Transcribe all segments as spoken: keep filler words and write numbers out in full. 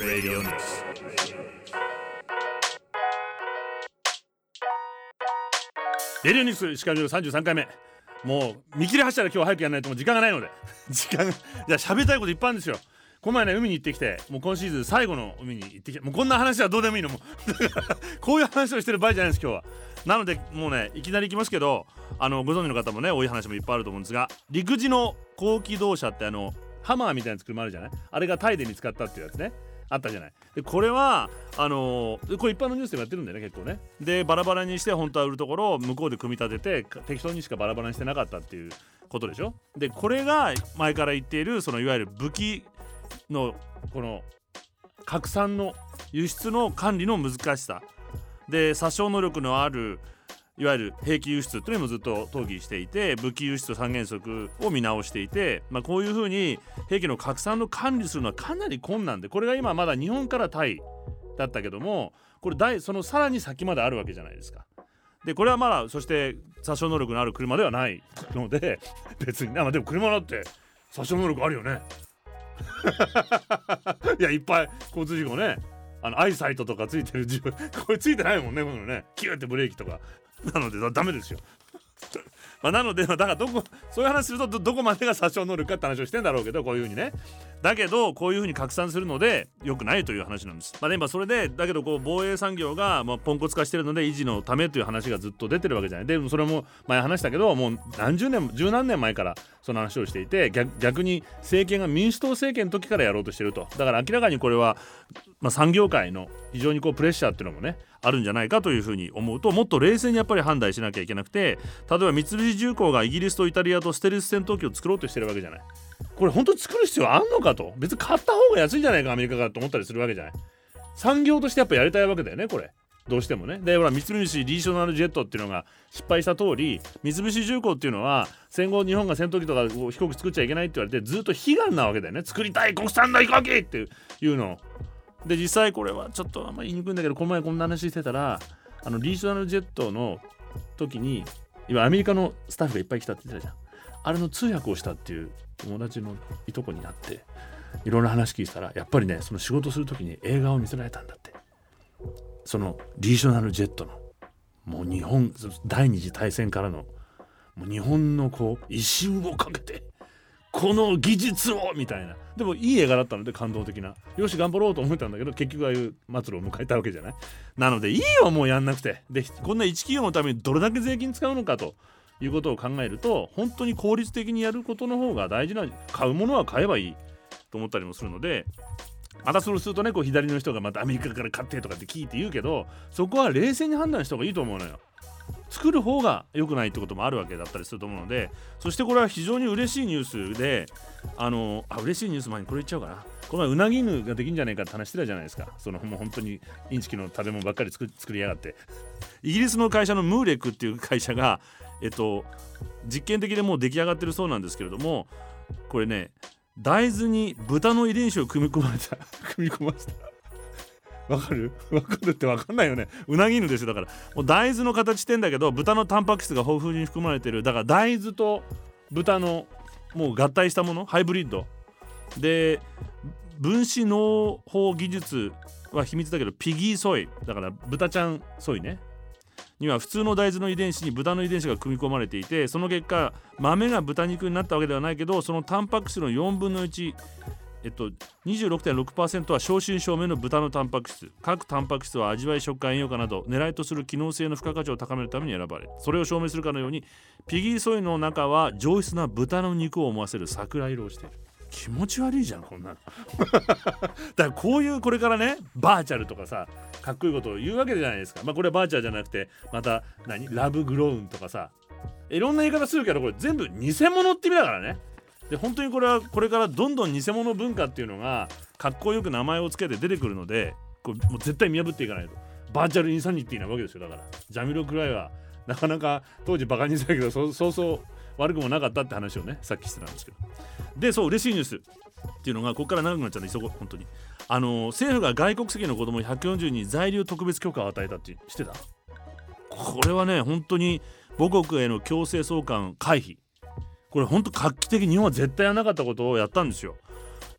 Radio News。レディオニュースシカゴさんじゅうさんかいめ。もう見切り発車で今日は早くやらないともう時間がないので時間がじゃあ喋りたいこといっぱいあるんですよ。この前ね海に行ってきて、もう今シーズン最後の海に行ってきて、もうこんな話はどうでもいいのもうこういう話をしてる場合じゃないです今日は。なのでもうねいきなり行きますけど、あのご存知の方もね多い話もいっぱいあると思うんですが、陸自の高機動車ってあのハマーみたいな車あるじゃない、あれがタイで見つかったっていうやつねあったじゃない。でこれはあのー、これ一般のニュースでもやってるんだよね結構ね。でバラバラにして本当は売るところを向こうで組み立てて適当にしかバラバラにしてなかったっていうことでしょ。でこれが前から言っているそのいわゆる武器のこの拡散の輸出の管理の難しさで、殺傷能力のあるいわゆる兵器輸出というのもずっと討議していて、武器輸出三原則を見直していて、まあ、こういうふうに兵器の拡散の管理するのはかなり困難で、これが今まだ日本からタイだったけども、これ大そのさらに先まであるわけじゃないですか。でこれはまだそして殺傷能力のある車ではないので別に、まあ、でも車だって殺傷能力あるよねいやいっぱい交通事故ね、あのアイサイトとかついてる自分これついてないもんね、このねキューってブレーキとかなのでダメですよまあなのでだからどこそういう話すると ど, どこまでが殺傷能力かって話をしてんだろうけど、こういう風にね、だけどこういう風に拡散するので良くないという話なんです。まあね、まあそれでだけどこう防衛産業がまあポンコツ化してるので維持のためという話がずっと出てるわけじゃない。でそれも前話したけど、もう何十年十何年前からその話をしていて、 逆, 逆に政権が民主党政権の時からやろうとしてると。だから明らかにこれは、まあ、産業界の非常にこうプレッシャーっていうのもねあるんじゃないかというふうに思うと、もっと冷静にやっぱり判断しなきゃいけなくて、例えば三菱重工がイギリスとイタリアとステルス戦闘機を作ろうとしてるわけじゃない。これ本当に作る必要あんのかと、別に買った方が安いんじゃないかアメリカからと思ったりするわけじゃない。産業としてやっぱやりたいわけだよねこれ、どうしてもね。でほら三菱リーショナルジェットっていうのが失敗した通り、三菱重工っていうのは戦後日本が戦闘機とか飛行機作っちゃいけないって言われてずっと悲願なわけだよね。作りたい国産の飛行機っていうので、実際これはちょっとあんまり言いにくいんだけど、この前こんな話してたら、あのリーショナルジェットの時に今アメリカのスタッフがいっぱい来たって言ってたじゃん。あれの通訳をしたっていう友達のいとこになっていろんな話聞いてたら、やっぱりねその仕事する時に映画を見せられたんだって。そのリーショナルジェットのもう日本第二次大戦からのもう日本のこう威信をかけてこの技術をみたいな、でもいい映画だったので感動的な、よし頑張ろうと思ったんだけど結局ああいう末路を迎えたわけじゃない。なのでいいよもうやんなくて、でこんな一企業のためにどれだけ税金使うのかということを考えると、本当に効率的にやることの方が大事な、買うものは買えばいいと思ったりもするので、またそれするとねこう左の人がまたアメリカから買ってとかって聞いて言うけど、そこは冷静に判断した方がいいと思うのよ。作る方が良くないってこともあるわけだったりすると思うので、そしてこれは非常に嬉しいニュースで、あのあ嬉しいニュース前にこれ言っちゃおうかな。この前うなぎ犬ができんじゃないかって話してたじゃないですか。そのもう本当にインチキの食べ物ばっかり 作, 作りやがって、イギリスの会社のムーレックっていう会社がえっと実験的でもう出来上がってるそうなんですけれども、これね大豆に豚の遺伝子を組み込まれた組み込ませたわかるわかるってわかんないよね。うなぎ犬ですよ。だからもう大豆の形してんだけど豚のタンパク質が豊富に含まれてる。だから大豆と豚のもう合体したもの、ハイブリッドで、分子農法技術は秘密だけどピギーソイだから豚ちゃんソイねには普通の大豆の遺伝子に豚の遺伝子が組み込まれていて、その結果豆が豚肉になったわけではないけど、そのタンパク質のよんぶんのいち、えっと、にじゅうろくてんろくパーセント は正真正銘の豚のタンパク質。各タンパク質は味わい、食感、栄養価など狙いとする機能性の付加価値を高めるために選ばれ、それを証明するかのようにピギーソイの中は上質な豚の肉を思わせる桜色をしている。気持ち悪いじゃんこんなのだからこういうこれからねバーチャルとかさかっこいいことを言うわけじゃないですか。まあこれはバーチャルじゃなくてまた何ラブグローンとかさ、いろんな言い方するけどこれ全部偽物って意味だからね。で本当にこれはこれからどんどん偽物文化っていうのがかっこよく名前をつけて出てくるので、これもう絶対見破っていかないと。バーチャルインサニティなわけですよ。だからジャミロクライはなかなか当時バカにしてたけどそそうそう悪くもなかったって話をねさっきしてたんですけど、でそう嬉しいニュースっていうのがここから長くなっちゃうんで急ごう本当に。あの政府が外国籍の子供ひゃくよんじゅうにん在留特別許可を与えたってしてた。これはね本当に母国への強制送還回避、これ本当画期的、日本は絶対やらなかったことをやったんですよ。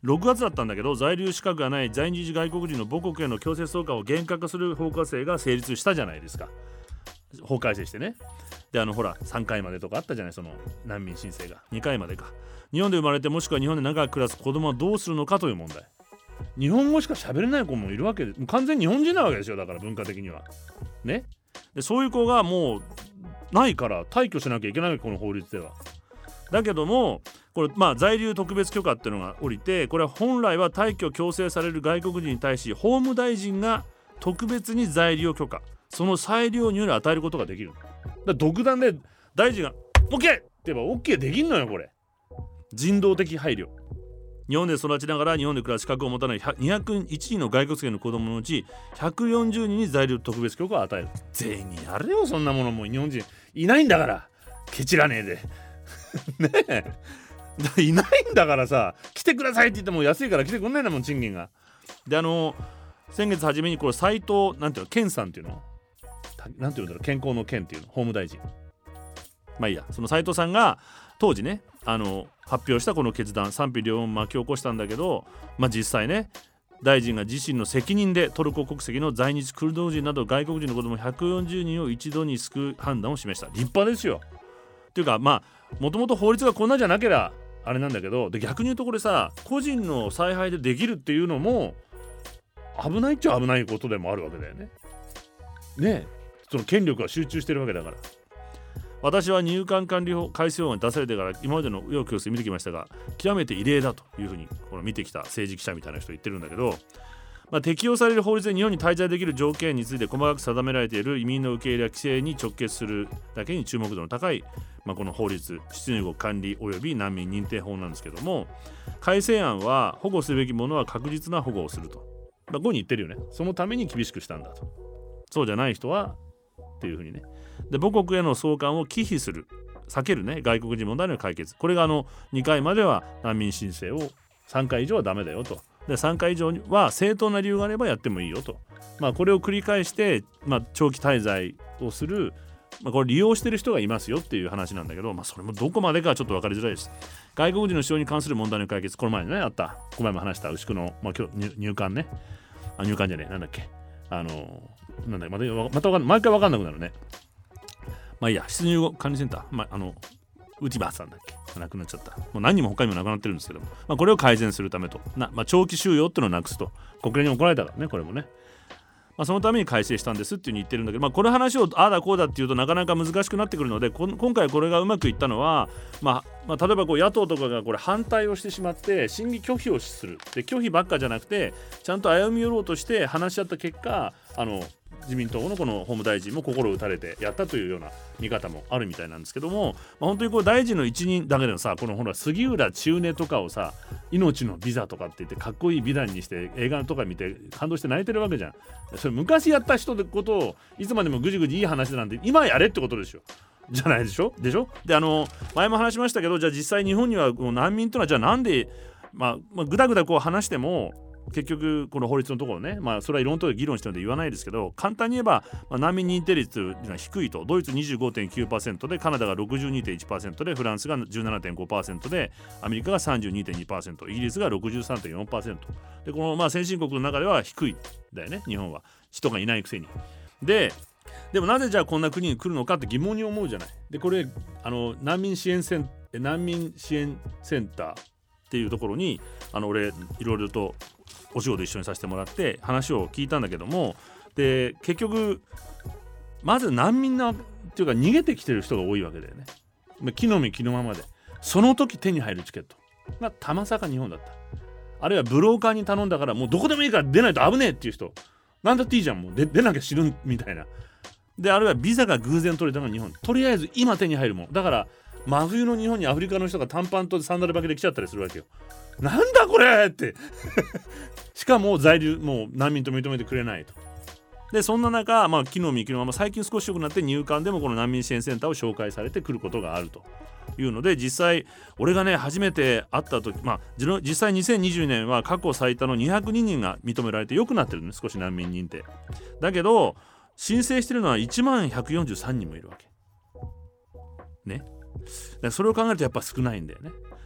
ろくがつだったんだけど、在留資格がない在日外国人の母国への強制送還を厳格化する法改正が成立したじゃないですか。法改正してね。であのほらさんかいまでとかあったじゃない、その難民申請がにかいまでか。日本で生まれてもしくは日本で長く暮らす子供はどうするのかという問題。日本語しか喋れない子もいるわけで、もう完全に日本人なわけですよ。だから文化的にはね。でそういう子がもうないから退去しなきゃいけないわけ、この法律では。だけどもこれ、まあ、在留特別許可っていうのが下りて、これは本来は退去強制される外国人に対し法務大臣が特別に在留許可、その裁量により与えることができる。だから独断で大臣が OK って言えば OK できんのよ。これ人道的配慮。日本で育ちながら日本で暮らす資格を持たないにひゃくいちにんの外国籍の子供のうちひゃくよんじゅうにんに在留特別許可を与える。全員にやれよ、そんなもの。もう日本人いないんだからケチらねえでねえいないんだからさ、来てくださいって言っても安いから来てくんないんだもん、賃金が。であの先月初めにこれ斉藤なんていうの健さんっていうのなんていうんだろう、健康の健っていうの法務大臣、まあいいや、その斉藤さんが当時ねあの発表したこの決断、賛否両論巻き起こしたんだけど、まあ実際ね大臣が自身の責任でトルコ国籍の在日クルド人など外国人の子供ひゃくよんじゅうにんを一度に救う判断を示した。立派ですよ。っていうかまあもともと法律がこんなじゃなければあれなんだけど、で逆に言うとこれさ、個人の采配でできるっていうのも危ないっちゃ危ないことでもあるわけだよね。ねえ、その権力が集中してるわけだから。私は入管管理法改正法が出されてから今までの要教室見てきましたが、極めて異例だというふうにこの見てきた政治記者みたいな人言ってるんだけど、まあ、適用される法律で日本に滞在できる条件について細かく定められている移民の受け入れや規制に直結するだけに注目度の高い、まあ、この法律出入国管理及び難民認定法なんですけども、改正案は保護すべきものは確実な保護をすると、まあ、ここに言ってるよね。そのために厳しくしたんだと。そうじゃない人はっていうふうにね。で母国への送還を忌避する、避けるね外国人問題の解決、これがあのにかいまでは難民申請を、さんかい以上はダメだよと。でさんかい以上は正当な理由があればやってもいいよと。まあこれを繰り返して、まあ、長期滞在をする、まあ、これ利用してる人がいますよっていう話なんだけど、まあそれもどこまでかはちょっと分かりづらいです。外国人の使用に関する問題の解決、この前ねあった、この前も話した牛久の、まあ、今日入管ね、あ入管じゃねえなんだっけ、あのなんだまたまた毎回分かんなくなるね。まあいいや、出入国管理センター、まあ、あの内場さんだっけ、亡くなっちゃった。もう何人も他にも亡くなってるんですけども、まあ、これを改善するためとな、まあ、長期収容っていうのをなくすと国連に怒られたからね、これもね、まあ、そのために改正したんですっていうふうに言ってるんだけど、まあ、この話をああだこうだっていうとなかなか難しくなってくるので、こ今回これがうまくいったのは、まあまあ、例えばこう野党とかがこれ反対をしてしまって審議拒否をする、で拒否ばっかじゃなくてちゃんと歩み寄ろうとして話し合った結果、あの自民党のこの法務大臣も心を打たれてやったというような見方もあるみたいなんですけども、まあ、本当にこう大臣の一人だけでもさ、このほら杉浦千畝とかをさ、命のビザとかって言ってかっこいい美談にして映画とか見て感動して泣いてるわけじゃん。それ昔やった人のことをいつまでもぐじぐじいい話なんて今やれってことでしょ、じゃないでしょでしょ。であの前も話しましたけど、じゃあ実際日本にはこう難民というのはじゃあなんで、まあ、まあぐだぐだこう話しても結局この法律のところね、まあそれはいろんなところで議論してるので言わないですけど、簡単に言えば、まあ、難民認定率が低いと。ドイツ にじゅうごてんきゅうパーセント で、カナダが ろくじゅうにてんいちパーセント で、フランスが じゅうななてんごパーセント で、アメリカが さんじゅうにてんにパーセント、イギリスが ろくじゅうさんてんよんパーセント で、このまあ先進国の中では低いんだよね、日本は。人がいないくせに。ででもなぜじゃあこんな国に来るのかって疑問に思うじゃない。でこれあの難民支援セン難民支援センターっていうところにあの俺いろいろとお仕事一緒にさせてもらって話を聞いたんだけども、で結局まず難民なっていうか逃げてきてる人が多いわけだよね。木の実木のままで、その時手に入るチケットがたまさか日本だった。あるいはブローカーに頼んだからもうどこでもいいから出ないと危ねえっていう人、なんだっていいじゃん、もう 出, 出なきゃ死ぬみたいな。であるいはビザが偶然取れたのが日本、とりあえず今手に入るもんだから、真冬の日本にアフリカの人が短パンとサンダル履きで来ちゃったりするわけよ。なんだこれってしかも在留もう難民と認めてくれないと。でそんな中、まあ、木の実木のまま最近少し良くなって入管でもこの難民支援センターを紹介されてくることがあるというので、実際俺がね初めて会った時、まあ実際にせんにじゅうねんは過去最多のにひゃくににんが認められて良くなってるね、少し難民認定だけど申請してるのはいちまんひゃくよんじゅうさんにんもいるわけね。それを考えるとやっぱ少ないんだよね。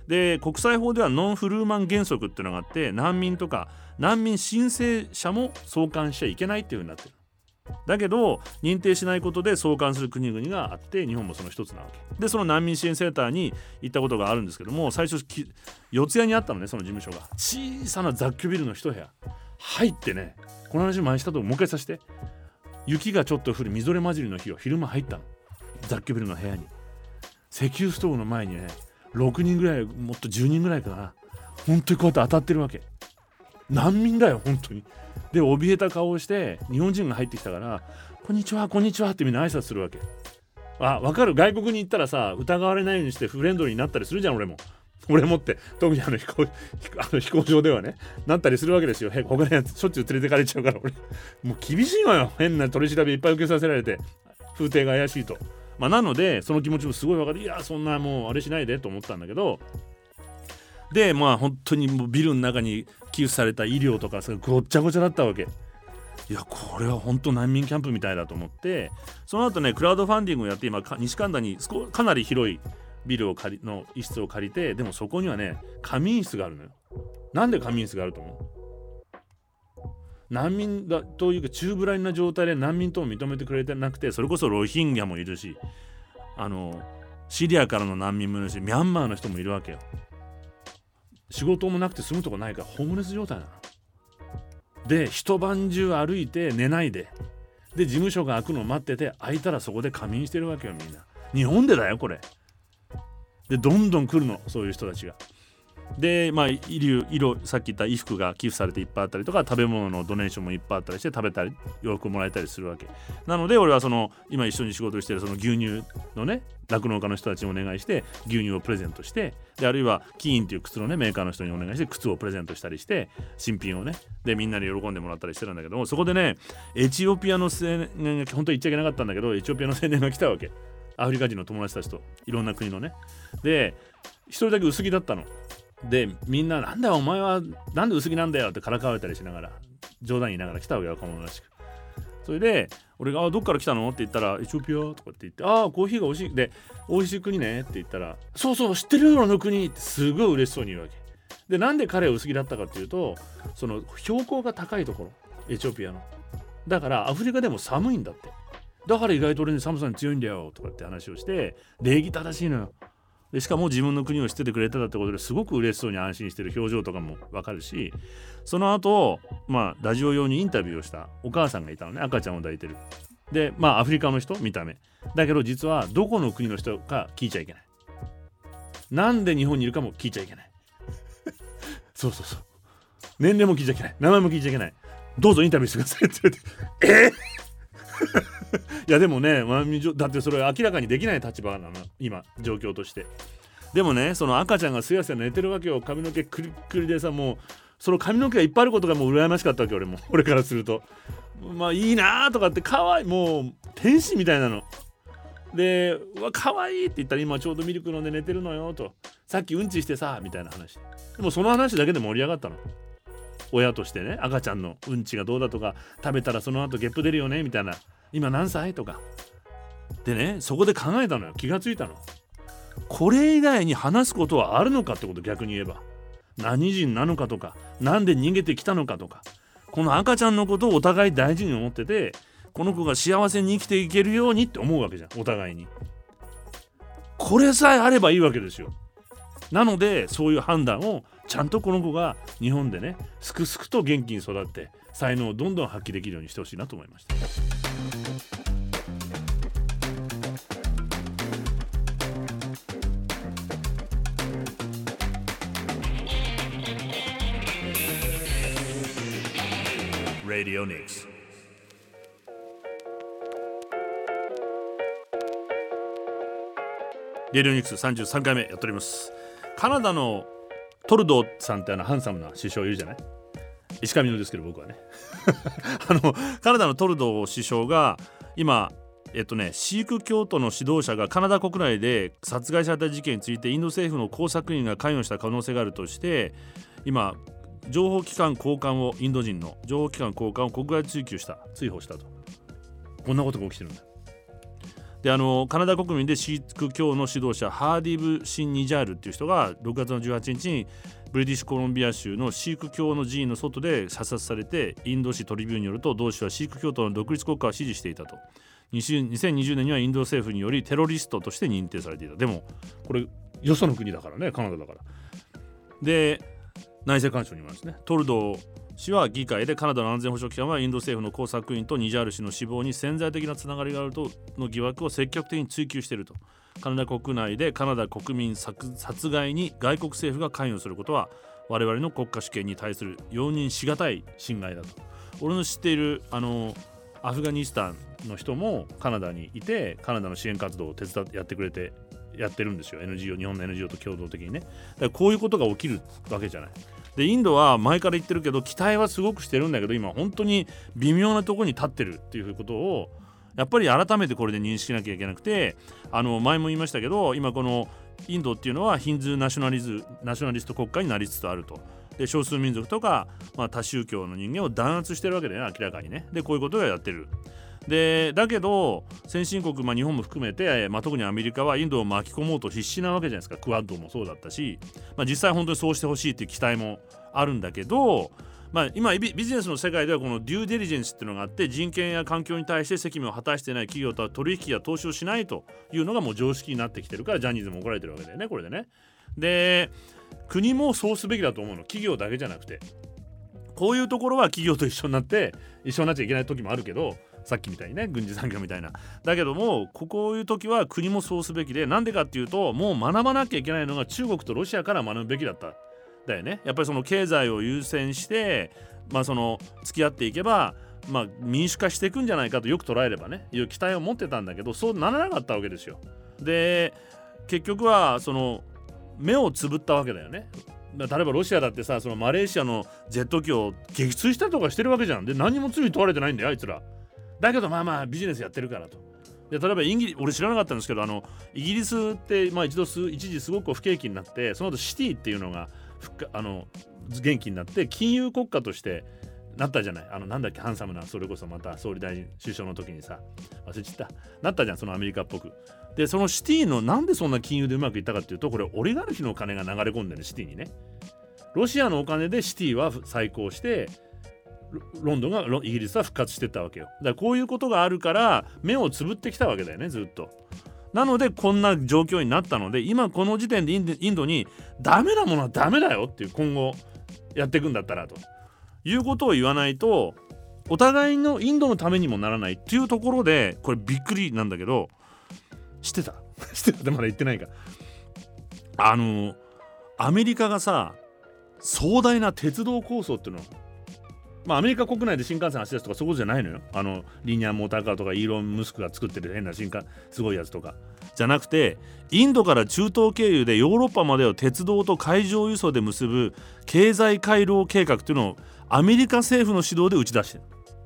で国際法ではノンフルーマン原則っていうのがあって、難民とか難民申請者も送還しちゃいけないっていう風になってる。だけど認定しないことで送還する国々があって、日本もその一つなわけで、その難民支援センターに行ったことがあるんですけども、最初四谷にあったのね、その事務所が小さな雑居ビルの一部屋入ってね、この話前したともう一回させて、雪がちょっと降るみぞれ混じりの日を昼間入ったの、雑居ビルの部屋に。石油ストーブの前にねろくにんぐらい、もっとじゅうにんぐらいかな、本当にこうやって当たってるわけ。難民だよ本当に。で怯えた顔をして日本人が入ってきたから、こんにちはこんにちはってみんな挨拶するわけ。あ、わかる。外国に行ったらさ、疑われないようにしてフレンドリーになったりするじゃん。俺も俺もって特にあの飛行あの飛行場ではねなったりするわけですよ。へ他のやつしょっちゅう連れてかれちゃうから、俺もう厳しいのよ。変な取り調べいっぱい受けさせられて、風景が怪しいと。まあなのでその気持ちもすごいわかる。いやそんなもうあれしないでと思ったんだけど、でまあ本当にもうビルの中に寄付された医療とかそれごっちゃごちゃだったわけ。いやこれは本当難民キャンプみたいだと思って、その後ねクラウドファンディングをやって、今西神田にかなり広いビルを借りの一室を借りて、でもそこにはね仮眠室があるのよ。なんで仮眠室があると思う？難民だというか中ぶらりな状態で難民とも認めてくれてなくて、それこそロヒンギャもいるし、あのシリアからの難民もいるし、ミャンマーの人もいるわけよ。仕事もなくて住むとこないからホームレス状態なので、一晩中歩いて寝ないで、で事務所が開くのを待ってて、開いたらそこで仮眠してるわけよ。みんな日本でだよこれで、どんどん来るのそういう人たちが。でまあ衣類色さっき言った衣服が寄付されていっぱいあったりとか、食べ物のドネーションもいっぱいあったりして、食べたり洋服もらえたりするわけなので、俺はその今一緒に仕事してるその牛乳のね酪農家の人たちにお願いして牛乳をプレゼントして、であるいはキーンっていう靴のねメーカーの人にお願いして靴をプレゼントしたりして、新品をねでみんなに喜んでもらったりしてるんだけども、そこでねエチオピアの青年が本当は言っちゃいけなかったんだけど、エチオピアの青年が来たわけ。アフリカ人の友達たちといろんな国のね。で一人だけ薄着だったので、みんななんだよお前はなんで薄着なんだよってからかわれたりしながら、冗談言いながら来たわけよ、若者らしく。それで俺があどっから来たのって言ったら、エチオピアとかって言って、ああコーヒーが美味しいで美味しい国ねって言ったら、そうそう知ってるよあの国ってすごい嬉しそうに言うわけで。なんで彼は薄着だったかっていうと、その標高が高いところエチオピアのだからアフリカでも寒いんだって、だから意外と俺に寒さに強いんだよとかって話をして、礼儀正しいのよ。でしかも自分の国を知っててくれてたってことですごく嬉しそうに安心してる表情とかもわかるし、その後まあラジオ用にインタビューをしたお母さんがいたのね。赤ちゃんを抱いてる。でまあアフリカの人見た目だけど、実はどこの国の人か聞いちゃいけない、なんで日本にいるかも聞いちゃいけないそうそうそう、年齢も聞いちゃいけない、名前も聞いちゃいけない、どうぞインタビューしてくださいって言われてえいやでもね、まあ、だってそれ明らかにできない立場なの今状況として。でもねその赤ちゃんがすやすや寝てるわけよ。髪の毛クリックリでさ、もうその髪の毛がいっぱいあることがもう羨ましかったわけ俺も俺からすると、まあいいなーとかって、かわいい、もう天使みたいなので、うわかわいいって言ったら、今ちょうどミルク飲んで寝てるのよと、さっきうんちしてさみたいな話。でもその話だけで盛り上がったの、親としてね。赤ちゃんのうんちがどうだとか、食べたらその後ゲップ出るよねみたいな、今何歳とかでね、そこで考えたのよ。気がついたの。これ以外に話すことはあるのかってこと。逆に言えば何人なのかとか、なんで逃げてきたのかとか、この赤ちゃんのことをお互い大事に思ってて、この子が幸せに生きていけるようにって思うわけじゃん、お互いに。これさえあればいいわけですよ。なのでそういう判断をちゃんとこの子が日本でねすくすくと元気に育って才能をどんどん発揮できるようにしてほしいなと思いました。Radio Nix。レディオニクスさんじゅうさんかいめやっております。カナダのトルドーさんってあのハンサムな首相いるじゃない。石上のですけど僕はねあのカナダのトルドー首相が今えっとねシーク教徒の指導者がカナダ国内で殺害された事件についてインド政府の工作員が関与した可能性があるとして、今情報機関高官をインド人の情報機関高官を国外追及した追放したと。こんなことが起きてるんだ。 であのカナダ国民でシーク教の指導者ハーディブ・シン・ニジャールっていう人がろくがつのじゅうはちにちにブリティッシュコロンビア州のシーク教の寺院の外で射殺されて、インド紙トリビューンによると同氏はシーク教徒の独立国家を支持していたと。にせんにじゅうねんにはインド政府によりテロリストとして認定されていた。でもこれよその国だからね、カナダだから。で内政干渉にもあるんですね。トルドー氏は議会でカナダの安全保障機関はインド政府の工作員とニジャール氏の死亡に潜在的なつながりがあるとの疑惑を積極的に追及していると。カナダ国内でカナダ国民殺害に外国政府が関与することは我々の国家主権に対する容認しがたい侵害だと。俺の知っているあのアフガニスタンの人もカナダにいて、カナダの支援活動を手伝ってやってくれてやってるんですよ。 エヌジーオー 日本の エヌジーオー と共同的にね。だからこういうことが起きるわけじゃない。でインドは前から言ってるけど期待はすごくしてるんだけど、今本当に微妙なところに立ってるっていうことをやっぱり改めてこれで認識しなきゃいけなくて、あの前も言いましたけど、今このインドっていうのはヒンズーナショナリズナショナリスト国家になりつつあると。で少数民族とか、まあ、多宗教の人間を弾圧してるわけだよね、明らかにね。でこういうことをやってる。でだけど先進国、まあ、日本も含めて、まあ、特にアメリカはインドを巻き込もうと必死なわけじゃないですか。クアッドもそうだったし、まあ、実際本当にそうしてほしいっていう期待もあるんだけど、まあ、今ビジネスの世界ではこのデューデリジェンスっていうのがあって、人権や環境に対して責務を果たしていない企業とは取引や投資をしないというのがもう常識になってきてるから、ジャニーズも怒られてるわけだよね、これでね。で国もそうすべきだと思うの、企業だけじゃなくて。こういうところは企業と一緒になって一緒になっちゃいけない時もあるけど、さっきみたいにね、軍事産業みたいな。だけどもこういう時は国もそうすべきで、なんでかっていうと、もう学ばなきゃいけないのが中国とロシアから学ぶべきだっただよね。やっぱりその経済を優先して、まあ、その付き合っていけば、まあ、民主化していくんじゃないかとよく捉えればね、いう期待を持ってたんだけど、そうならなかったわけですよ。で結局はその目をつぶったわけだよね。例えばロシアだってさ、そのマレーシアのジェット機を撃墜したりとかしてるわけじゃん。で何も罪問われてないんだよ、あいつら。だけどまあまあビジネスやってるからと。で例えばイギリ俺知らなかったんですけど、あのイギリスって、まあ、一度す一時すごく不景気になって、その後シティっていうのがあの元気になって金融国家としてなったじゃない。あのなんだっけ、ハンサムな、それこそまた総理大臣首相の時にさ、忘れちゃった、なったじゃん、そのアメリカっぽく。でそのシティのなんでそんな金融でうまくいったかっていうと、これオリガルヒの金が流れ込んでるシティにね。ロシアのお金でシティは再興して、ロンドンがイギリスは復活していったわけよ。だからこういうことがあるから目をつぶってきたわけだよね、ずっと。なのでこんな状況になったので、今この時点でインド、インドにダメなものはダメだよっていう、今後やっていくんだったらということを言わないと、お互いのインドのためにもならないっていうところで、これびっくりなんだけど、知ってた知ってたってまだ言ってないか。あのアメリカがさ、壮大な鉄道構想っていうの、まあアメリカ国内で新幹線走らせとかそういうことじゃないのよ。あのリニアモーターカーとかイーロン・ムスクが作ってる変な新幹すごいやつとかじゃなくて、インドから中東経由でヨーロッパまでを鉄道と海上輸送で結ぶ経済回廊計画っていうのをアメリカ政府の指導で打ち出してる。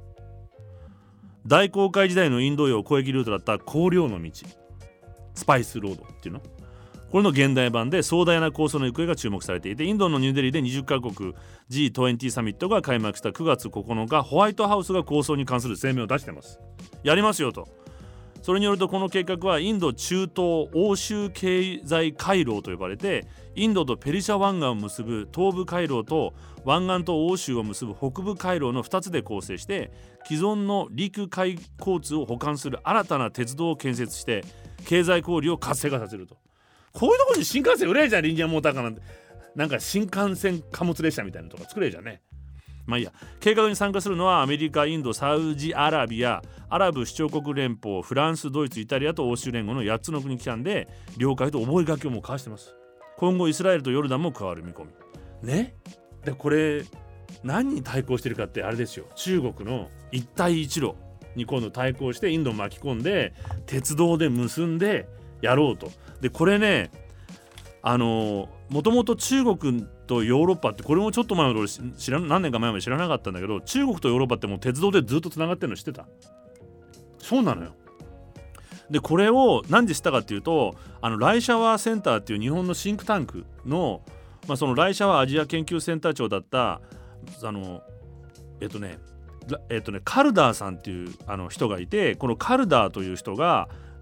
大航海時代のインド洋交易ルートだった香料の道、スパイスロードっていうの、これの現代版で壮大な構想の行方が注目されていて、インドのニューデリーでにじゅっかこく ジーにじゅう サミットが開幕したくがつここのか、ホワイトハウスが構想に関する声明を出してます。やりますよと。それによると、この計画はインド中東欧州経済回廊と呼ばれて、インドとペルシャ湾岸を結ぶ東部回廊と湾岸と欧州を結ぶ北部回廊のふたつで構成して、既存の陸海交通を補完する新たな鉄道を建設して経済交流を活性化させると。こういうところに新幹線売れじゃん、リニアモーターカーなんて。なんか新幹線貨物列車みたいなのとか作れじゃんね。まあいいや。計画に参加するのはアメリカ、インド、サウジアラビア、アラブ首長国連邦、フランス、ドイツ、イタリアと欧州連合のやっつの国機関で了解と覚書をもう交わしてます。今後イスラエルとヨルダンも加わる見込みね。でこれ何に対抗してるかってあれですよ、中国の一帯一路に今度対抗してインドを巻き込んで鉄道で結んでやろうと。でこれね、あのもともと中国とヨーロッパって、これもちょっと前まで俺知ら何年か前まで知らなかったんだけど、中国とヨーロッパってもう鉄道でずっとつながってるの知ってた？そうなのよ。でこれを何で知ったかっていうと、あのライシャワーセンターっていう日本のシンクタンクの、まあ、そのライシャワーアジア研究センター長だったあのえっとねえっとねカルダーさんっていうあの人がいて、このカルダーという人が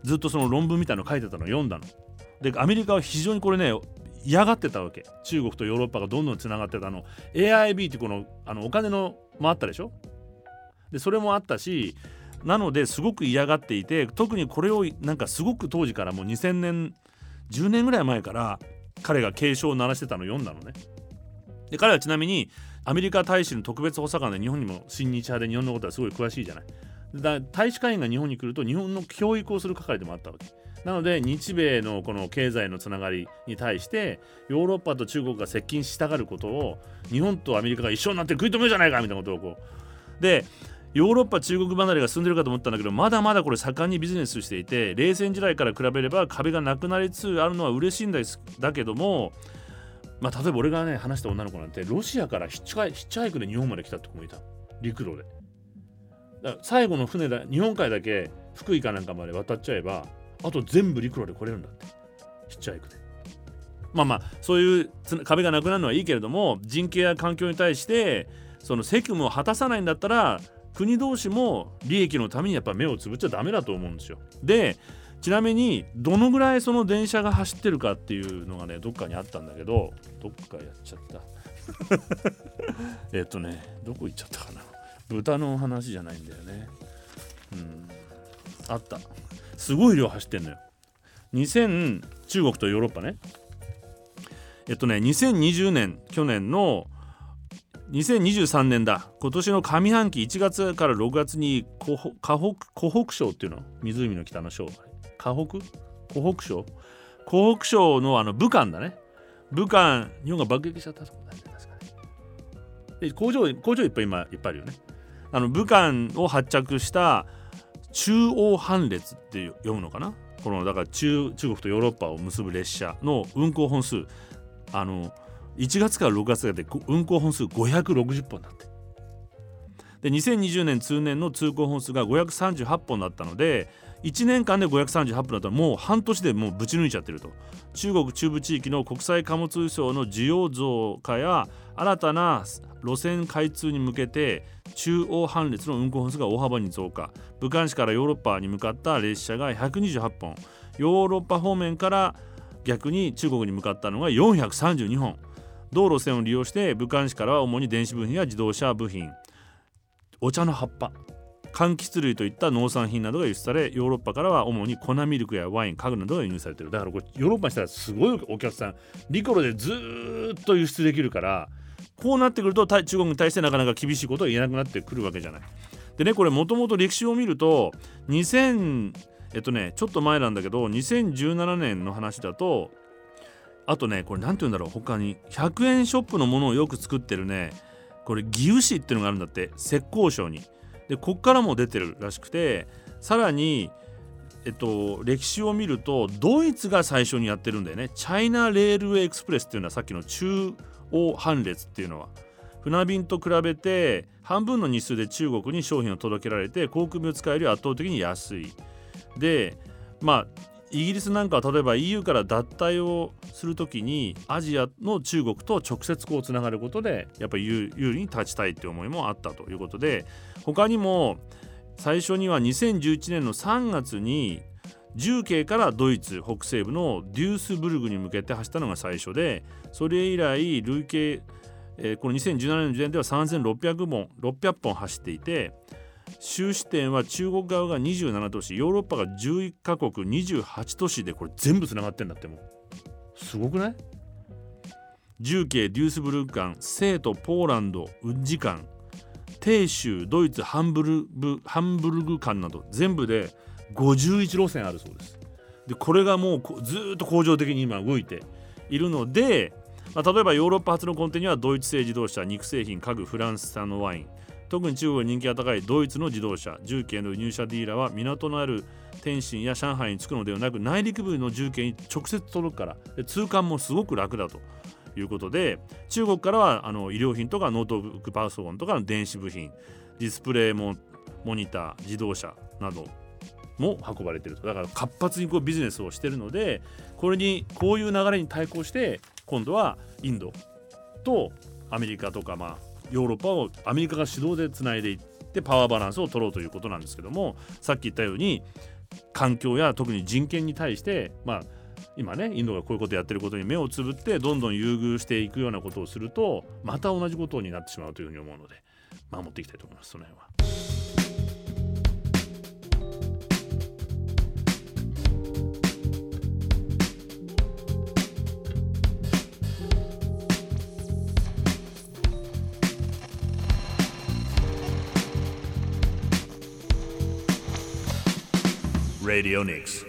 ずっとその論文みたいなの書いてたのを読んだので、アメリカは非常にこれね嫌がってたわけ。中国とヨーロッパがどんどんつながってたの エーアイビー ってこの、あのお金のもあったでしょ。でそれもあったし、なのですごく嫌がっていて、特にこれをなんかすごく当時からもうにせんねんじゅうねんぐらい前から彼が警鐘を鳴らしてたのを読んだのね。で彼はちなみにアメリカ大使の特別補佐官で日本にも親日派で日本のことはすごい詳しいじゃない。だ大使館員が日本に来ると日本の教育をする係でもあったわけなので、日米のこの経済のつながりに対してヨーロッパと中国が接近したがることを日本とアメリカが一緒になって食い止めるじゃないかみたいなことをこうで、ヨーロッパ中国離れが進んでるかと思ったんだけど、まだまだこれ盛んにビジネスしていて、冷戦時代から比べれば壁がなくなりつつあるのは嬉しいんですだけども、まあ、例えば俺がね話した女の子なんてロシアからヒッチハイ、ヒッチハイクで日本まで来たって子もいた。陸路で。だから最後の船だ日本海だけ福井かなんかまで渡っちゃえば、あと全部陸路で来れるんだって、ヒッチハイクで。まあまあそういう壁がなくなるのはいいけれども、人権や環境に対してその責務を果たさないんだったら国同士も利益のためにやっぱ目をつぶっちゃダメだと思うんですよ。でちなみにどのぐらいその電車が走ってるかっていうのがねどっかにあったんだけど、どっかやっちゃったえっとねどこ行っちゃったかな。豚の話じゃないんだよね。うんあった。すごい量走ってんのよ。にせん中国とヨーロッパね。えっとねにせんにじゅうねん去年のにせんにじゅうさんねんだ。今年の上半期いちがつからろくがつに湖北、湖北省っていうの、湖の北の省、河北湖北省湖北省のあの武漢だね。武漢、日本が爆撃しちゃったとこだね確かに。で工場工場いっぱい今いっぱいあるよね。あの武漢を発着した中央班列って読むのかな。このだから 中, 中国とヨーロッパを結ぶ列車の運行本数、あのいちがつからろくがつで運行本数ごひゃくろくじゅっぽんだって。でにせんにじゅうねん通年の通行本数がごひゃくさんじゅうはちぽんだったので、いちねんかんでごひゃくさんじゅうはちぽんだったらもう半年でもうぶち抜いちゃってると。中国中部地域の国際貨物輸送の需要増加や新たな路線開通に向けて中央班列の運行本数が大幅に増加。武漢市からヨーロッパに向かった列車がひゃくにじゅうはちぽん、ヨーロッパ方面から逆に中国に向かったのがよんひゃくさんじゅうにほん。同路線を利用して武漢市からは主に電子部品や自動車部品、お茶の葉っぱ、柑橘類といった農産品などが輸出され、ヨーロッパからは主に粉ミルクやワイン、家具などが輸入されている。だからこれヨーロッパにしたらすごいお客さん、陸路でずーっと輸出できるから、こうなってくると中国に対してなかなか厳しいことは言えなくなってくるわけじゃない。でね、これもともと歴史を見るとにせんえっとねちょっと前なんだけどにせんじゅうななねんの話だと、あとねこれなんて言うんだろう、他にひゃくえんショップのものをよく作ってるね、これ義烏市っていうのがあるんだって、浙江省に。でこっからも出てるらしくて、さらにえっと歴史を見るとドイツが最初にやってるんだよね。チャイナレールウェイエクスプレスっていうのはさっきの中央班列っていうのは船便と比べて半分の日数で中国に商品を届けられて、航空便を使えるより圧倒的に安い。でまあイギリスなんかは例えば イーユー から脱退をするときにアジアの中国と直接こうつながることでやっぱり有利に立ちたいっていう思いもあったということで、他にも最初にはにせんじゅういちねんのさんがつに重慶からドイツ北西部のデュースブルグに向けて走ったのが最初で、それ以来累計、えー、このにせんじゅうななねんの時点ではさんぜんろっぴゃくぼん走っていて、終始点は中国側がにじゅうなな都市、ヨーロッパがじゅういっかこくにじゅうはち都市で、これ全部つながってんだって。もうすごくない？重慶デュースブルク間、成都ポーランドウッジ間、鄭州ドイツハンブルグハンブルグ間など全部でごじゅういち路線あるそうです。でこれがもうずっと恒常的に今動いているので、まあ、例えばヨーロッパ発のコンテにはドイツ製自動車、肉製品、家具、フランス産のワイン、特に中国人気が高いドイツの自動車、重慶の輸入車ディーラーは港のある天津や上海に着くのではなく内陸部の重慶に直接届くから、で通関もすごく楽だということで、中国からはあの医療品とかノートブックパソコンとかの電子部品、ディスプレイモモニター、自動車なども運ばれていると。だから活発にこうビジネスをしているので、これにこういう流れに対抗して今度はインドとアメリカとか、まあヨーロッパをアメリカが主導でつないでいってパワーバランスを取ろうということなんですけども、さっき言ったように環境や特に人権に対してまあ今ねインドがこういうことやってることに目をつぶってどんどん優遇していくようなことをするとまた同じことになってしまうというふうに思うので守っていきたいと思います。その辺はRadio Nix。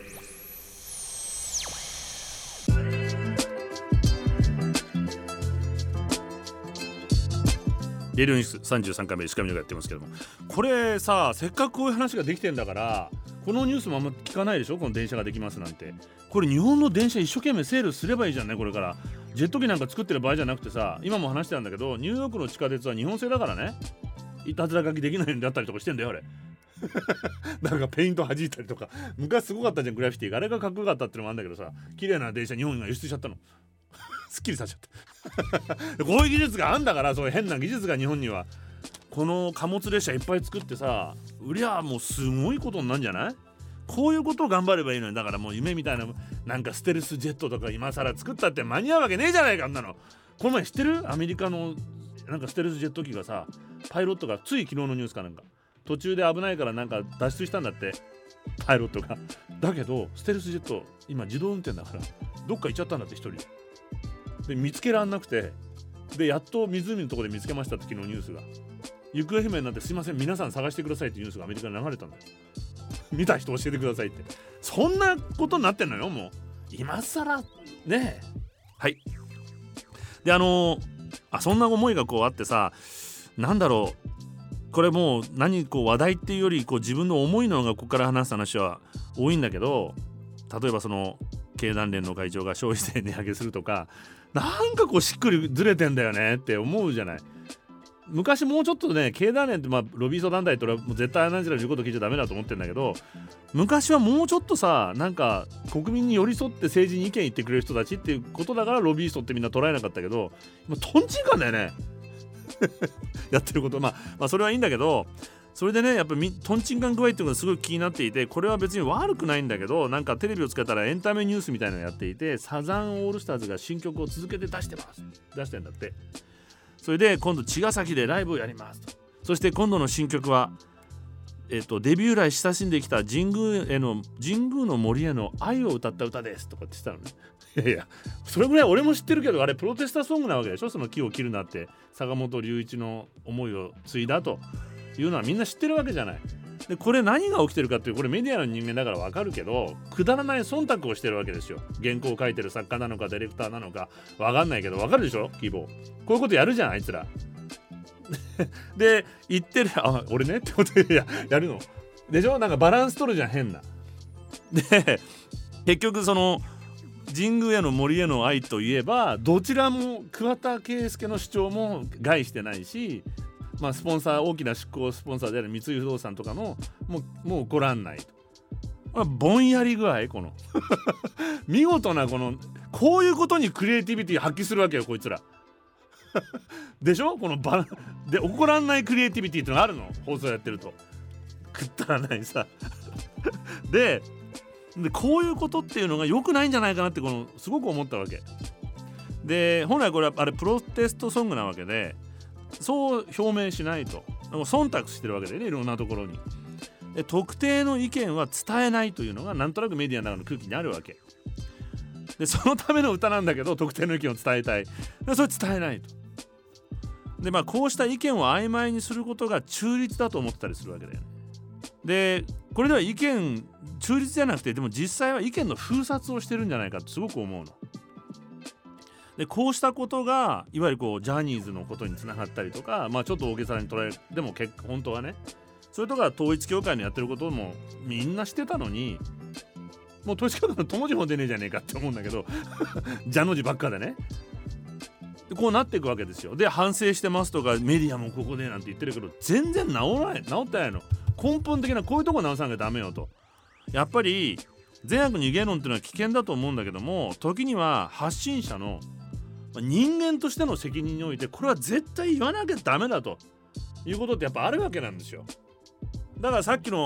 レディオニクスさんじゅうさんかいめ石上がやってますけども、これさせっかくこういう話ができてんだからこのニュースもあんま聞かないでしょ。この電車ができますなんて。これ日本の電車一生懸命セールすればいいじゃんね。これからジェット機なんか作ってる場合じゃなくてさ、今も話してたんだけどニューヨークの地下鉄は日本製だからね、いたずら書きできないようになったりとかしてんだよあれなんかペイント弾いたりとか昔すごかったじゃんグラフィティが。あれがかっこよかったってのもあるんだけどさ、綺麗な電車日本が輸出しちゃったのすっきりさせちゃったこういう技術があんだから、そういう変な技術が日本にはこの貨物列車いっぱい作ってさ売りゃもうすごいことになるんじゃない。こういうことを頑張ればいいのに。だからもう夢みたいななんかステルスジェットとか今更作ったって間に合うわけねえじゃないかあんなの。この前知ってる？アメリカのなんかステルスジェット機がさ、パイロットがつい昨日のニュースかなんか途中で危ないからなんか脱出したんだってパイロットが。だけどステルスジェット今自動運転だからどっか行っちゃったんだって一人で見つけらんなくて、でやっと湖のところで見つけましたって昨日ニュースが。行方不明になってすいません皆さん探してくださいっていうニュースがアメリカに流れたんだよ。見た人教えてくださいって。そんなことになってんのよもう今更ねえ。はいであのー、あそんな思いがこうあってさ、なんだろうこれもう何こう話題っていうよりこう自分の思いのがここから話す話は多いんだけど、例えばその経団連の会長が消費税値上げするとかなんかこうしっくりずれてんだよねって思うじゃない。昔もうちょっとね経団連ってまあロビースト団体と俺はもう絶対何時ら言うこと聞いちゃダメだと思ってんだけど、昔はもうちょっとさなんか国民に寄り添って政治に意見言ってくれる人たちっていうことだからロビーストってみんな捉えなかったけど、もうトンチンカンだよねやってること、まあ、まあそれはいいんだけど、それでねやっぱりトンチンカン具合っていうのがすごい気になっていて、これは別に悪くないんだけど、なんかテレビをつけたらエンタメニュースみたいなのやっていて、サザンオールスターズが新曲を続けて出してます出してんだって。それで今度茅ヶ崎でライブをやりますと。そして今度の新曲は、えっと、デビュー以来親しんできた神宮への神宮の森への愛を歌った歌ですとかって言ってたのね。いやいやそれぐらい俺も知ってるけど、あれプロテスタソングなわけでしょ。その木を切るなって坂本龍一の思いを継いだというのはみんな知ってるわけじゃない。でこれ何が起きてるかっていう、これメディアの人間だから分かるけど、くだらない忖度をしてるわけですよ。原稿を書いてる作家なのかディレクターなのか分かんないけど分かるでしょ。希望こういうことやるじゃんあいつらで言ってるあ俺ねってことで や, やるのでしょ。なんかバランス取るじゃん変な。で結局その神宮への森への愛といえばどちらも桑田佳祐の主張も害してないし、まあ、スポンサー大きな出向スポンサーである三井不動産とかももう、もう怒らんないと、まあ、ぼんやり具合この見事なこのこういうことにクリエイティビティ発揮するわけよこいつらでしょ。このバで怒らんないクリエイティビティってのがあるの放送やってるとくったらないさで, でこういうことっていうのが良くないんじゃないかなってこのすごく思ったわけで、本来これはあれプロテストソングなわけでそう表明しないと忖度してるわけでね、いろんなところに。で特定の意見は伝えないというのがなんとなくメディアの中の空気にあるわけで、そのための歌なんだけど特定の意見を伝えたい。でそれ伝えないと。でまあこうした意見を曖昧にすることが中立だと思ってたりするわけだよね。でこれでは意見中立じゃなくて、でも実際は意見の封殺をしてるんじゃないかってすごく思うの。でこうしたことがいわゆるこうジャニーズのことにつながったりとか、まあちょっと大げさに捉えるでも結本当はね、それとか統一教会のやってることもみんなしてたのに、もう統一教会の友字も出ねえじゃねえかって思うんだけどジャの字ばっかでね。でこうなっていくわけですよ。で反省してますとかメディアもここでなんて言ってるけど全然治らない治ってないの。根本的なこういうとこ直さなきゃダメよと。やっぱり善悪二元論っていうのは危険だと思うんだけども、時には発信者の人間としての責任においてこれは絶対言わなきゃダメだということってやっぱあるわけなんですよ。だからさっきの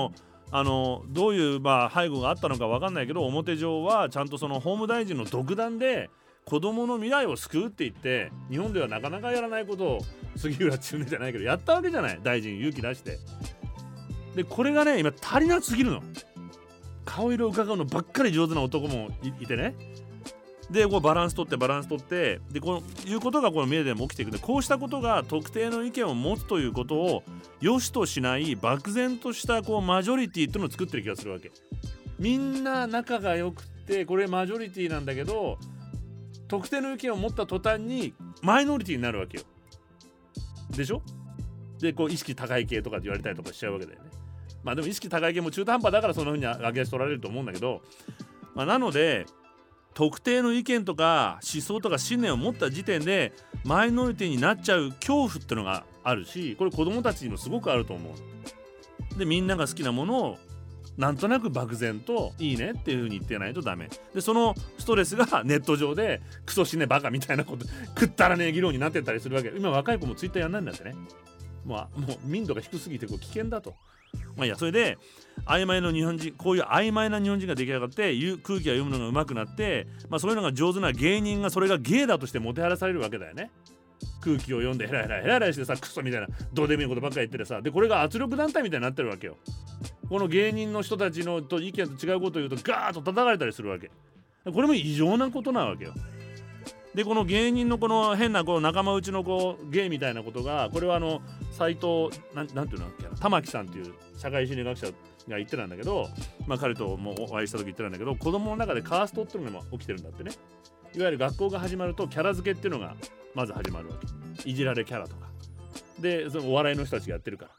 あのどういうまあ背後があったのか分かんないけど、表上はちゃんとその法務大臣の独断で子供の未来を救うって言って、日本ではなかなかやらないことを杉浦千畝じゃないけどやったわけじゃない。大臣勇気出して。でこれがね今足りなすぎるの。顔色を伺うのばっかり上手な男も い, いてね。でこうバランス取ってバランス取ってでこういうことがこのメディアでも起きていくので、こうしたことが特定の意見を持つということを良しとしない漠然としたこうマジョリティっていうのを作ってる気がするわけ。みんな仲が良くてこれマジョリティなんだけど、特定の意見を持った途端にマイノリティになるわけよ。でしょ。でこう意識高い系とかって言われたりとかしちゃうわけだよね。まあでも意識高い系も中途半端だからそんな風に上げ足取られると思うんだけど、まあ、なので特定の意見とか思想とか信念を持った時点でマイノリティになっちゃう恐怖ってのがあるし、これ子供たちにもすごくあると思う。でみんなが好きなものをなんとなく漠然といいねっていう風に言ってないとダメで、そのストレスがネット上でクソ死ねバカみたいなことくったらねえ議論になってったりするわけ。今若い子もツイッターやんないんだってね。まあもう民度が低すぎてこう危険だと。まあいや、それで曖昧な日本人、こういう曖昧な日本人が出来上がって空気が読むのが上手くなって、まあそういうのが上手な芸人がそれが芸だとしてもてはらされるわけだよね。空気を読んでヘラヘラヘラヘラしてさ、クソみたいなどうでもいいことばっかり言っててさ、でこれが圧力団体みたいになってるわけよ。この芸人の人たちのと意見と違うことを言うとガーッと叩かれたりするわけ。これも異常なことなわけよ。でこの芸人のこの変なこう仲間内のこう芸みたいなことが、これはあの斎藤なん、なんていうのだっけな、玉木さんっていう社会心理学者が言ってたんだけど、まあ彼ともお会いした時言ってたんだけど、子供の中でカーストっていうのが起きてるんだってね。いわゆる学校が始まるとキャラ付けっていうのがまず始まるわけ。いじられキャラとかで、そのお笑いの人たちがやってるから。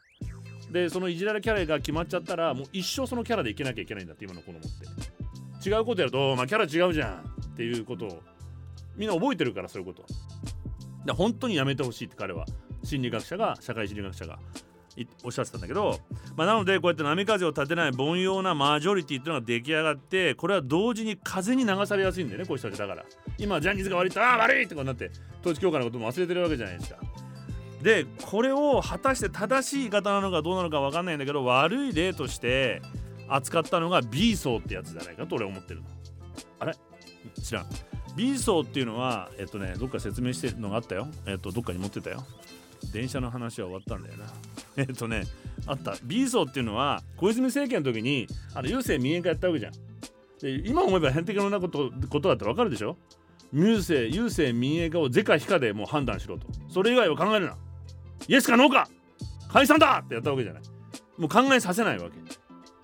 でそのいじられキャラが決まっちゃったらもう一生そのキャラでいけなきゃいけないんだって、今の子供って。違うことやると、まあ、キャラ違うじゃんっていうことをみんな覚えてるから、そういうことで本当にやめてほしいって彼は心理学者が社会心理学者がおっしゃってたんだけど、まあ、なのでこうやって波風を立てない凡庸なマジョリティっていうのが出来上がって、これは同時に風に流されやすいんだよね、こういう人たちだから。今ジャニーズが悪いって、ああ悪いってこうなって統一教会のことも忘れてるわけじゃないですか。でこれを果たして正しい言い方なのかどうなのか分かんないんだけど、悪い例として扱ったのが B 層ってやつじゃないかと俺は思ってるの。あれ知らん。 B 層っていうのはえっとねどっか説明してるのがあったよ。えっとどっかに持ってたよ。電車の話は終わったんだよな。えっとねあった。 B 層っていうのは小泉政権の時にあの郵政民営化やったわけじゃん。で今思えば偏的なことことだったら分かるでしょ。郵政郵政民営化を是か非かでもう判断しろと。それ以外は考えるな。イエスかノーか解散だってやったわけじゃない。もう考えさせないわけだから。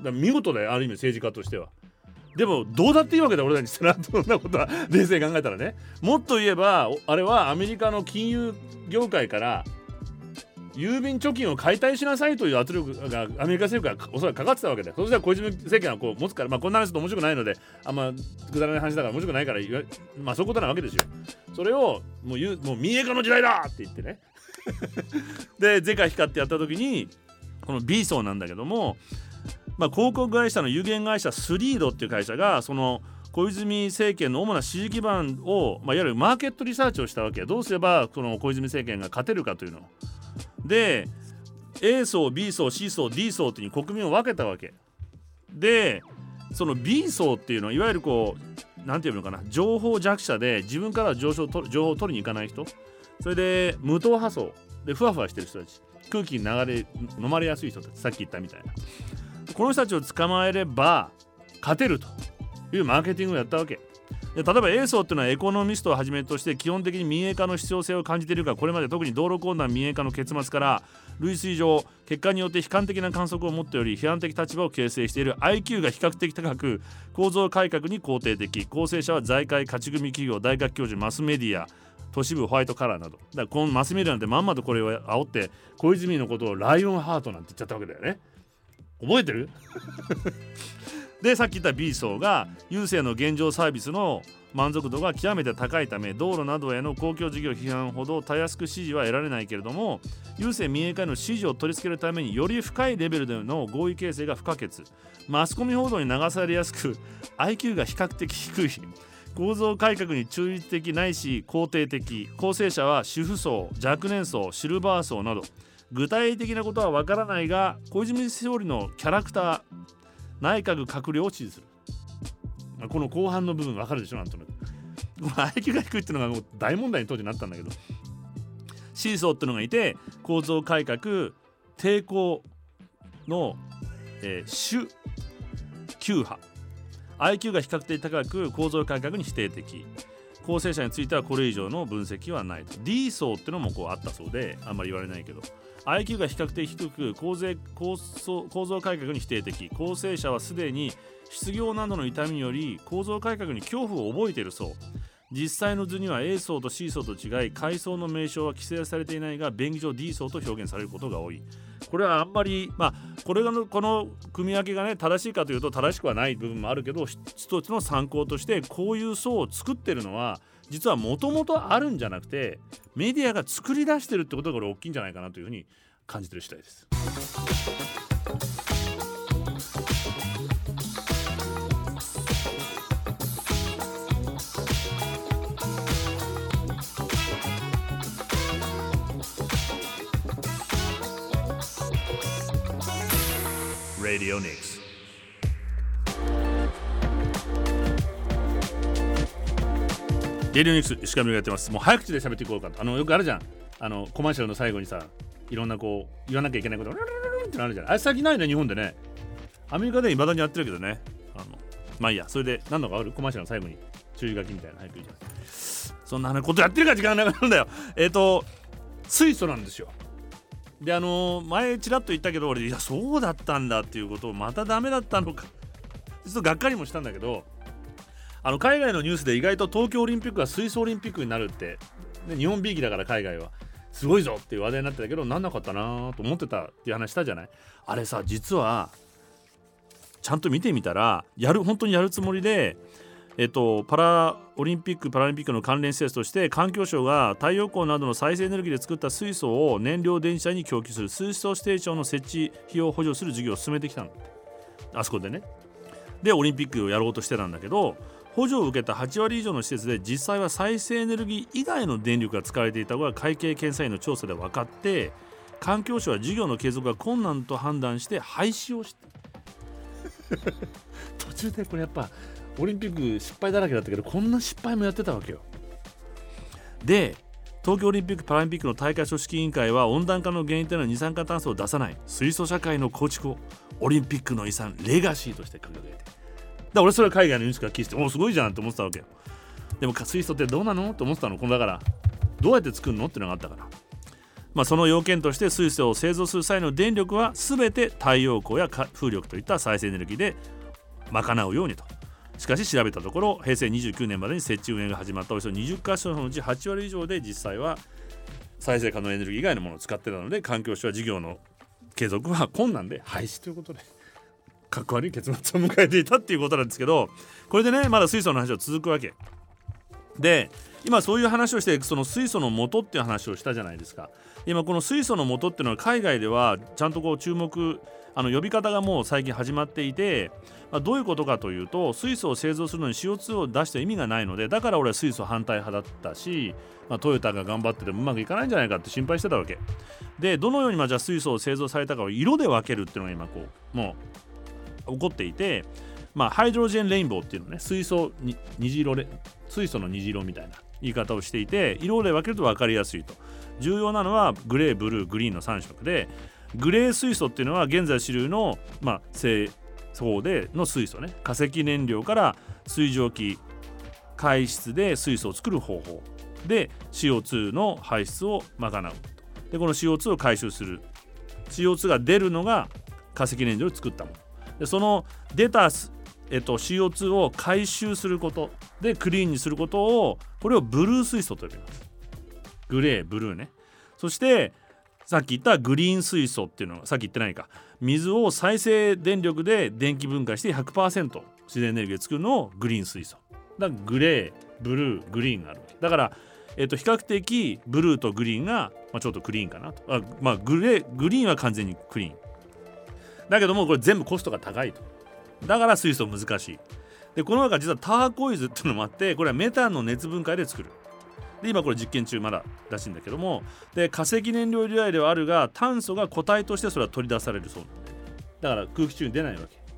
見事だよ、ある意味政治家としては。でもどうだっていいわけだ俺らにしたら、そんなことは冷静に考えたらね。もっと言えばあれはアメリカの金融業界から郵便貯金を解体しなさいという圧力がアメリカ政府からおそらくかかってたわけだよ。そしたら小泉政権はこう持つから、まあこんな話すると面白くないのであんまくだらない話だから面白くないから、まあそういうことなわけですよ。それをもう言うもう民営化の時代だって言ってねで是か非かってやった時にこの B 層なんだけども、まあ、広告会社の有限会社スリードっていう会社がその小泉政権の主な支持基盤を、まあ、いわゆるマーケットリサーチをしたわけ。どうすればこの小泉政権が勝てるかというので A 層 B 層 C 層 D 層っていう国民を分けたわけで、その B 層っていうのはいわゆるこうなんていうのかな、情報弱者で自分から情報を取りに行かない人、それで無党派層でふわふわしてる人たち、空気に流れ飲まれやすい人たち、さっき言ったみたいなこの人たちを捕まえれば勝てるというマーケティングをやったわけで、例えば A 層っていうのはエコノミストをはじめとして基本的に民営化の必要性を感じているが、これまで特に道路公団民営化の結末から類推上結果によって悲観的な観測を持っており批判的立場を形成している アイキュー が比較的高く構造改革に肯定的、構成者は財界勝ち組企業大学教授マスメディア都市部ホワイトカラーなどだからこのマスメディアなんてまんまとこれを煽って小泉のことをライオンハートなんて言っちゃったわけだよね。覚えてるでさっき言った B 層が郵政の現状サービスの満足度が極めて高いため道路などへの公共事業批判ほどたやすく支持は得られないけれども、郵政民営化への支持を取り付けるためにより深いレベルでの合意形成が不可欠、マスコミ報道に流されやすく アイキュー が比較的低い、構造改革に中立的ないし肯定的、構成者は主婦層若年層シルバー層など具体的なことはわからないが小泉総理のキャラクター内閣閣僚を支持する。この後半の部分分かるでしょ、なんとなく。この アイキュー が低いっていうのがもう大問題に当時なったんだけど、シーソーっていうのがいて、構造改革抵抗の、えー、主級派、 アイキュー が比較的高く構造改革に否定的、構成者についてはこれ以上の分析はないと。 D 層っていうのもこうあったそうで、あんまり言われないけど アイキュー が比較的低く構造、構造、構造改革に否定的、構成者はすでに失業などの痛みにより構造改革に恐怖を覚えているそう。実際の図には A 層と C 層と違い、階層の名称は規制されていないが、便宜上 D 層と表現されることが多い。これはあんまり、まあこれがのこの組み分けがね正しいかというと正しくはない部分もあるけど、一つの参考としてこういう層を作ってるのは実はもともとあるんじゃなくて、メディアが作り出してるってことがこれ大きいんじゃないかなというふうに感じてる次第です。Radio Nix。 レディオニクス石上がやってます。もう早口で喋っていこうかと。あのよくあるじゃん、あのコマーシャルの最後にさ、いろんなこう言わなきゃいけないことルルルルルってなるじゃん。あれ最近ないね、日本でね。アメリカでいまだにやってるけどね。あのまあいいや、それで何のかあるコマーシャルの最後に注意書きみたいな早く言うじゃん。そんなことやってるから時間がなくなるんだよ。えっ、ー、と水素なんですよ。であのー、前ちらっと言ったけど、俺いやそうだったんだっていうことをまたダメだったのかちょっとがっかりもしたんだけど、あの海外のニュースで意外と東京オリンピックが水素オリンピックになるって、ね、日本びいきだから海外はすごいぞっていう話題になってたけど、なんなかったなと思ってたっていう話したじゃない。あれさ、実はちゃんと見てみたらやる本当にやるつもりで、えっと、パラオリンピック・パラリンピックの関連施設として環境省が太陽光などの再生エネルギーで作った水素を燃料電車に供給する水素ステーションの設置費用を補助する事業を進めてきたの、あそこでね。でオリンピックをやろうとしてたんだけど、補助を受けたはちわり以上の施設で実際は再生エネルギー以外の電力が使われていたことが会計検査院の調査で分かって、環境省は事業の継続が困難と判断して廃止をして途中でこれやっぱオリンピック失敗だらけだったけど、こんな失敗もやってたわけよ。で東京オリンピック・パラリンピックの大会組織委員会は温暖化の原因というのは二酸化炭素を出さない水素社会の構築をオリンピックの遺産レガシーとして掲げて、だ俺それは海外のニュースから聞いて、おすごいじゃんって思ってたわけよ。でも水素ってどうなのと思ってたの。このだからどうやって作るのってのがあったから、まあ、その要件として水素を製造する際の電力は全て太陽光や風力といった再生エネルギーで賄うようにと。しかし調べたところ、平成にじゅうきゅうねんまでに設置運営が始まったおよそにじゅっかしょのうちはちわり以上で実際は再生可能エネルギー以外のものを使ってたので、環境省は事業の継続は困難で廃止ということでかっこ悪い結末を迎えていたっていうことなんですけど、これでねまだ水素の話は続くわけで、今そういう話をして、その水素の元っていう話をしたじゃないですか。今この水素の元っていうのは海外ではちゃんとこう注目、あの呼び方がもう最近始まっていて、まあ、どういうことかというと、水素を製造するのに シーオーツー を出して意味がないので、だから俺は水素反対派だったし、まあ、トヨタが頑張っててもうまくいかないんじゃないかって心配してたわけで、どのようにまあじゃあ水素を製造されたかを色で分けるっていうのが今こうもう起こっていて、まあ、ハイドロジェンレインボーっていうのね、水素に虹色で水素の虹色みたいな言い方をしていて、色で分けると分かりやすいと。重要なのはグレー、ブルー、グリーンのさん色で、グレー水素っていうのは現在主流の、まあ、製法での水素ね、化石燃料から水蒸気排出で水素を作る方法で シーオーツー の排出を賄うと。でこの シーオーツー を回収する シーオーツー が出るのが化石燃料を作ったもので、その出た、えっと、シーオーツー を回収することでクリーンにすることを、これをブルー水素と呼びます。グレー、ブルーね。そしてさっき言ったグリーン水素っていうのは、さっき言ってないか、水を再生電力で電気分解して ひゃくパーセント 自然エネルギーで作るのをグリーン水素だから、グレー、ブルー、グリーンがある。だから、えっと、比較的ブルーとグリーンが、まあ、ちょっとクリーンかなと。あ、まあ、グレー、グリーンは完全にクリーンだけども、これ全部コストが高いと。だから水素難しい。でこの中実はターコイズっていうのもあって、これはメタンの熱分解で作る。で今これ実験中まだらしいんだけども、で化石燃料由来ではあるが、炭素が固体としてそれは取り出されるそうなんで、だから空気中に出ないわけ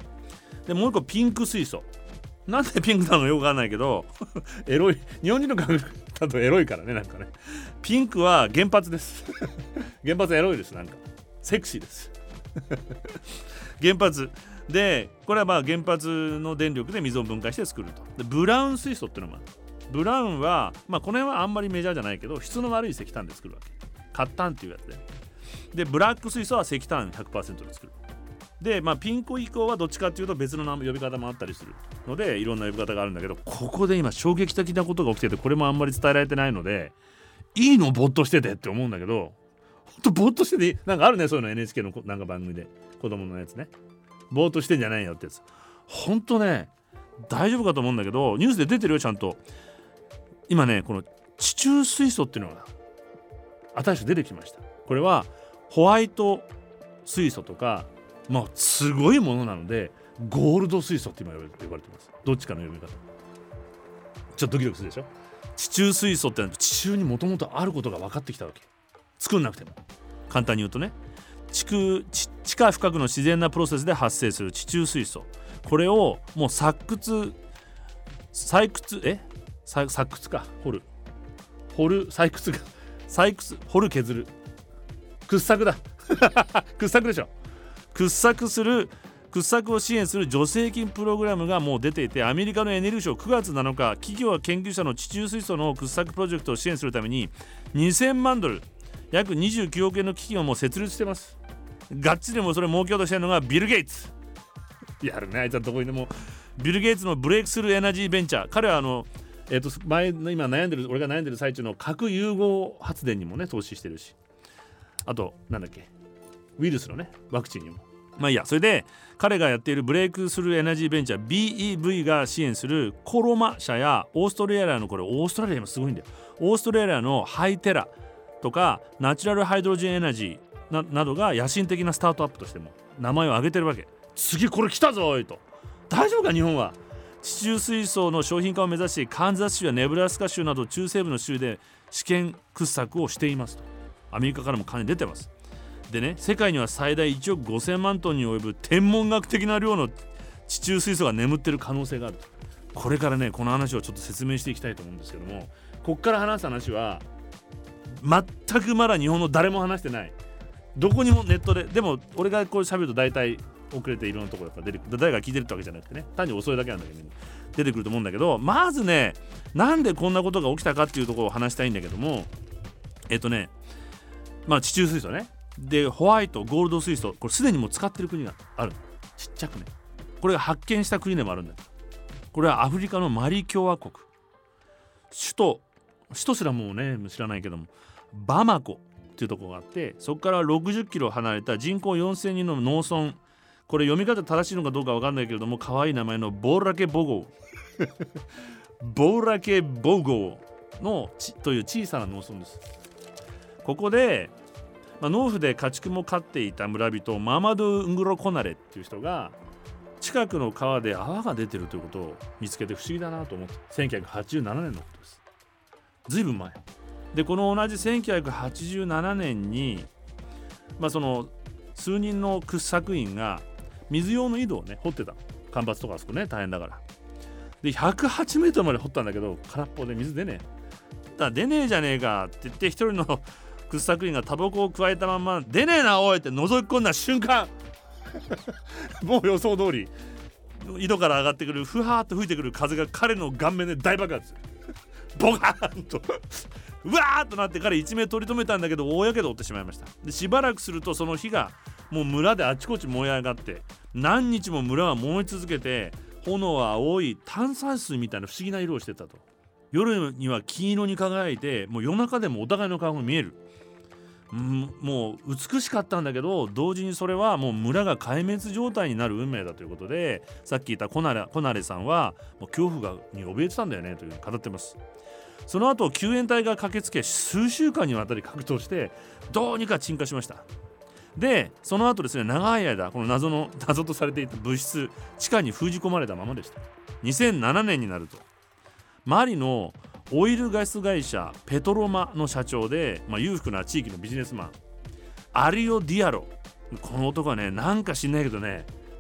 でもう一個ピンク水素。なんでピンクなのよくわかんないけどエロい、日本人の感覚だとエロいからね。なんかねピンクは原発です原発エロいです。なんかセクシーです原発で、これはまあ原発の電力で水を分解して作ると。でブラウン水素っていうのもある。ブラウンはまあこの辺はあんまりメジャーじゃないけど、質の悪い石炭で作るわけ。褐炭っていうやつで。でブラック水素は石炭 ひゃくパーセント で作る。でまあピンク以降はどっちかっていうと別の呼び方もあったりするので、いろんな呼び方があるんだけど、ここで今衝撃的なことが起きてて、これもあんまり伝えられてないので、いいのぼーっとしててって思うんだけど、ほんとぼーっとしてていい。なんかあるね、そういうの エヌエイチケー のなんか番組で子供のやつね、ぼーっとしてんじゃないよってやつ。ほんとね大丈夫かと思うんだけど、ニュースで出てるよちゃんと。今ねこの地中水素っていうのが新しく出てきました。これはホワイト水素とか、まあすごいものなのでゴールド水素って今呼ばれてます。どっちかの呼び方。ちょっとドキドキするでしょ。地中水素ってのは地中にもともとあることが分かってきたわけ。作んなくても。簡単に言うとね、地空地地下深くの自然なプロセスで発生する地中水素、これをもう採掘採掘え採掘か掘る掘る採掘が採掘掘る削る掘削だ掘削でしょ。掘削する掘削を支援する助成金プログラムがもう出ていて、アメリカのエネルギー省くがつなのか、企業や研究者の地中水素の掘削プロジェクトを支援するためににせんまんドル、約にじゅうきゅうおくえんの基金をもう設立してます。がっちりもそれ儲けようとしてるのがビル・ゲイツ。やるねあいつはどこにでも。ビル・ゲイツのブレイクスルーエナジーベンチャー、彼はあのえー、と前の今悩んでる俺が悩んでる最中の核融合発電にもね投資してるし、あとなんだっけウイルスのねワクチンにも。まあいいや。それで彼がやっているブレイクスルーエナジーベンチャー ビーイーブイ が支援するコロマ社やオーストラリアの、これオーストラリアもすごいんだよ、オーストラリアのハイテラとかナチュラルハイドロジェンエナジー な, などが野心的なスタートアップとしても名前を挙げてるわけ。次これ来たぞおいと。大丈夫か日本は。地中水素の商品化を目指し、カンザス州やネブラスカ州など中西部の州で試験掘削をしていますと。アメリカからも金出てます。でね、世界には最大いちおくごせんまんトンに及ぶ天文学的な量の地中水素が眠ってる可能性があると。これからねこの話をちょっと説明していきたいと思うんですけども、こっから話す話は全くまだ日本の誰も話してない、どこにもネットで、でも俺がこう喋ると大体遅れていろんなところから出てくる、誰が聞いてるってわけじゃなくてね、単に遅いだけなんだけど、ね、出てくると思うんだけど、まずねなんでこんなことが起きたかっていうところを話したいんだけども、えっとねまあ地中水素ね、でホワイトゴールド水素、これすでにもう使ってる国がある、ちっちゃくね、これが発見した国でもあるんだけど、これはアフリカのマリ共和国、首都首都すらもうね知らないけどもバマコっていうところがあって、そこからろくじゅっキロ離れた人口よんせんにんの農村、これ読み方正しいのかどうか分かんないけれども、可愛い名前のボーラケボゴーボーラケボゴーのちという小さな農村です。ここで、まあ、農夫で家畜も飼っていた村人ママドゥ・ングロコナレっていう人が近くの川で泡が出てるということを見つけて不思議だなと思って、せんきゅうひゃくはちじゅうななねんのことです。ずいぶん前で、この同じせんきゅうひゃくはちじゅうななねんに、まあ、その数人の掘削員が水用の井戸をね掘ってた。干ばつとかあそこね大変だから。でひゃくはちメートルまで掘ったんだけど空っぽで水出ねえ。だ出ねえじゃねえかって言って、一人の掘削員がタバコを加えたまま出ねえなおいって覗き込んだ瞬間もう予想通り井戸から上がってくるふわーっと吹いてくる風が彼の顔面で大爆発ボカーンとうわーっとなって彼一命取り留めたんだけど大やけどを負ってしまいました。でしばらくするとその火がもう村であちこち燃え上がって、何日も村は燃え続けて、炎は青い炭酸水みたいな不思議な色をしてたと。夜には金色に輝いて、もう夜中でもお互いの顔が見える。んもう美しかったんだけど、同時にそれはもう村が壊滅状態になる運命だということで、さっき言ったコナレ、コナレさんはもう恐怖がに怯えてたんだよねというふうに語ってます。その後救援隊が駆けつけ、数週間にわたり格闘してどうにか鎮火しました。でその後ですね、長い間この謎の謎とされていた物質地下に封じ込まれたままでした。にせんななねんになるとマリのオイルガス会社ペトロマの社長で、まあ、裕福な地域のビジネスマンアリオ・ディアロ、この男はねなんか知んないけどね、ま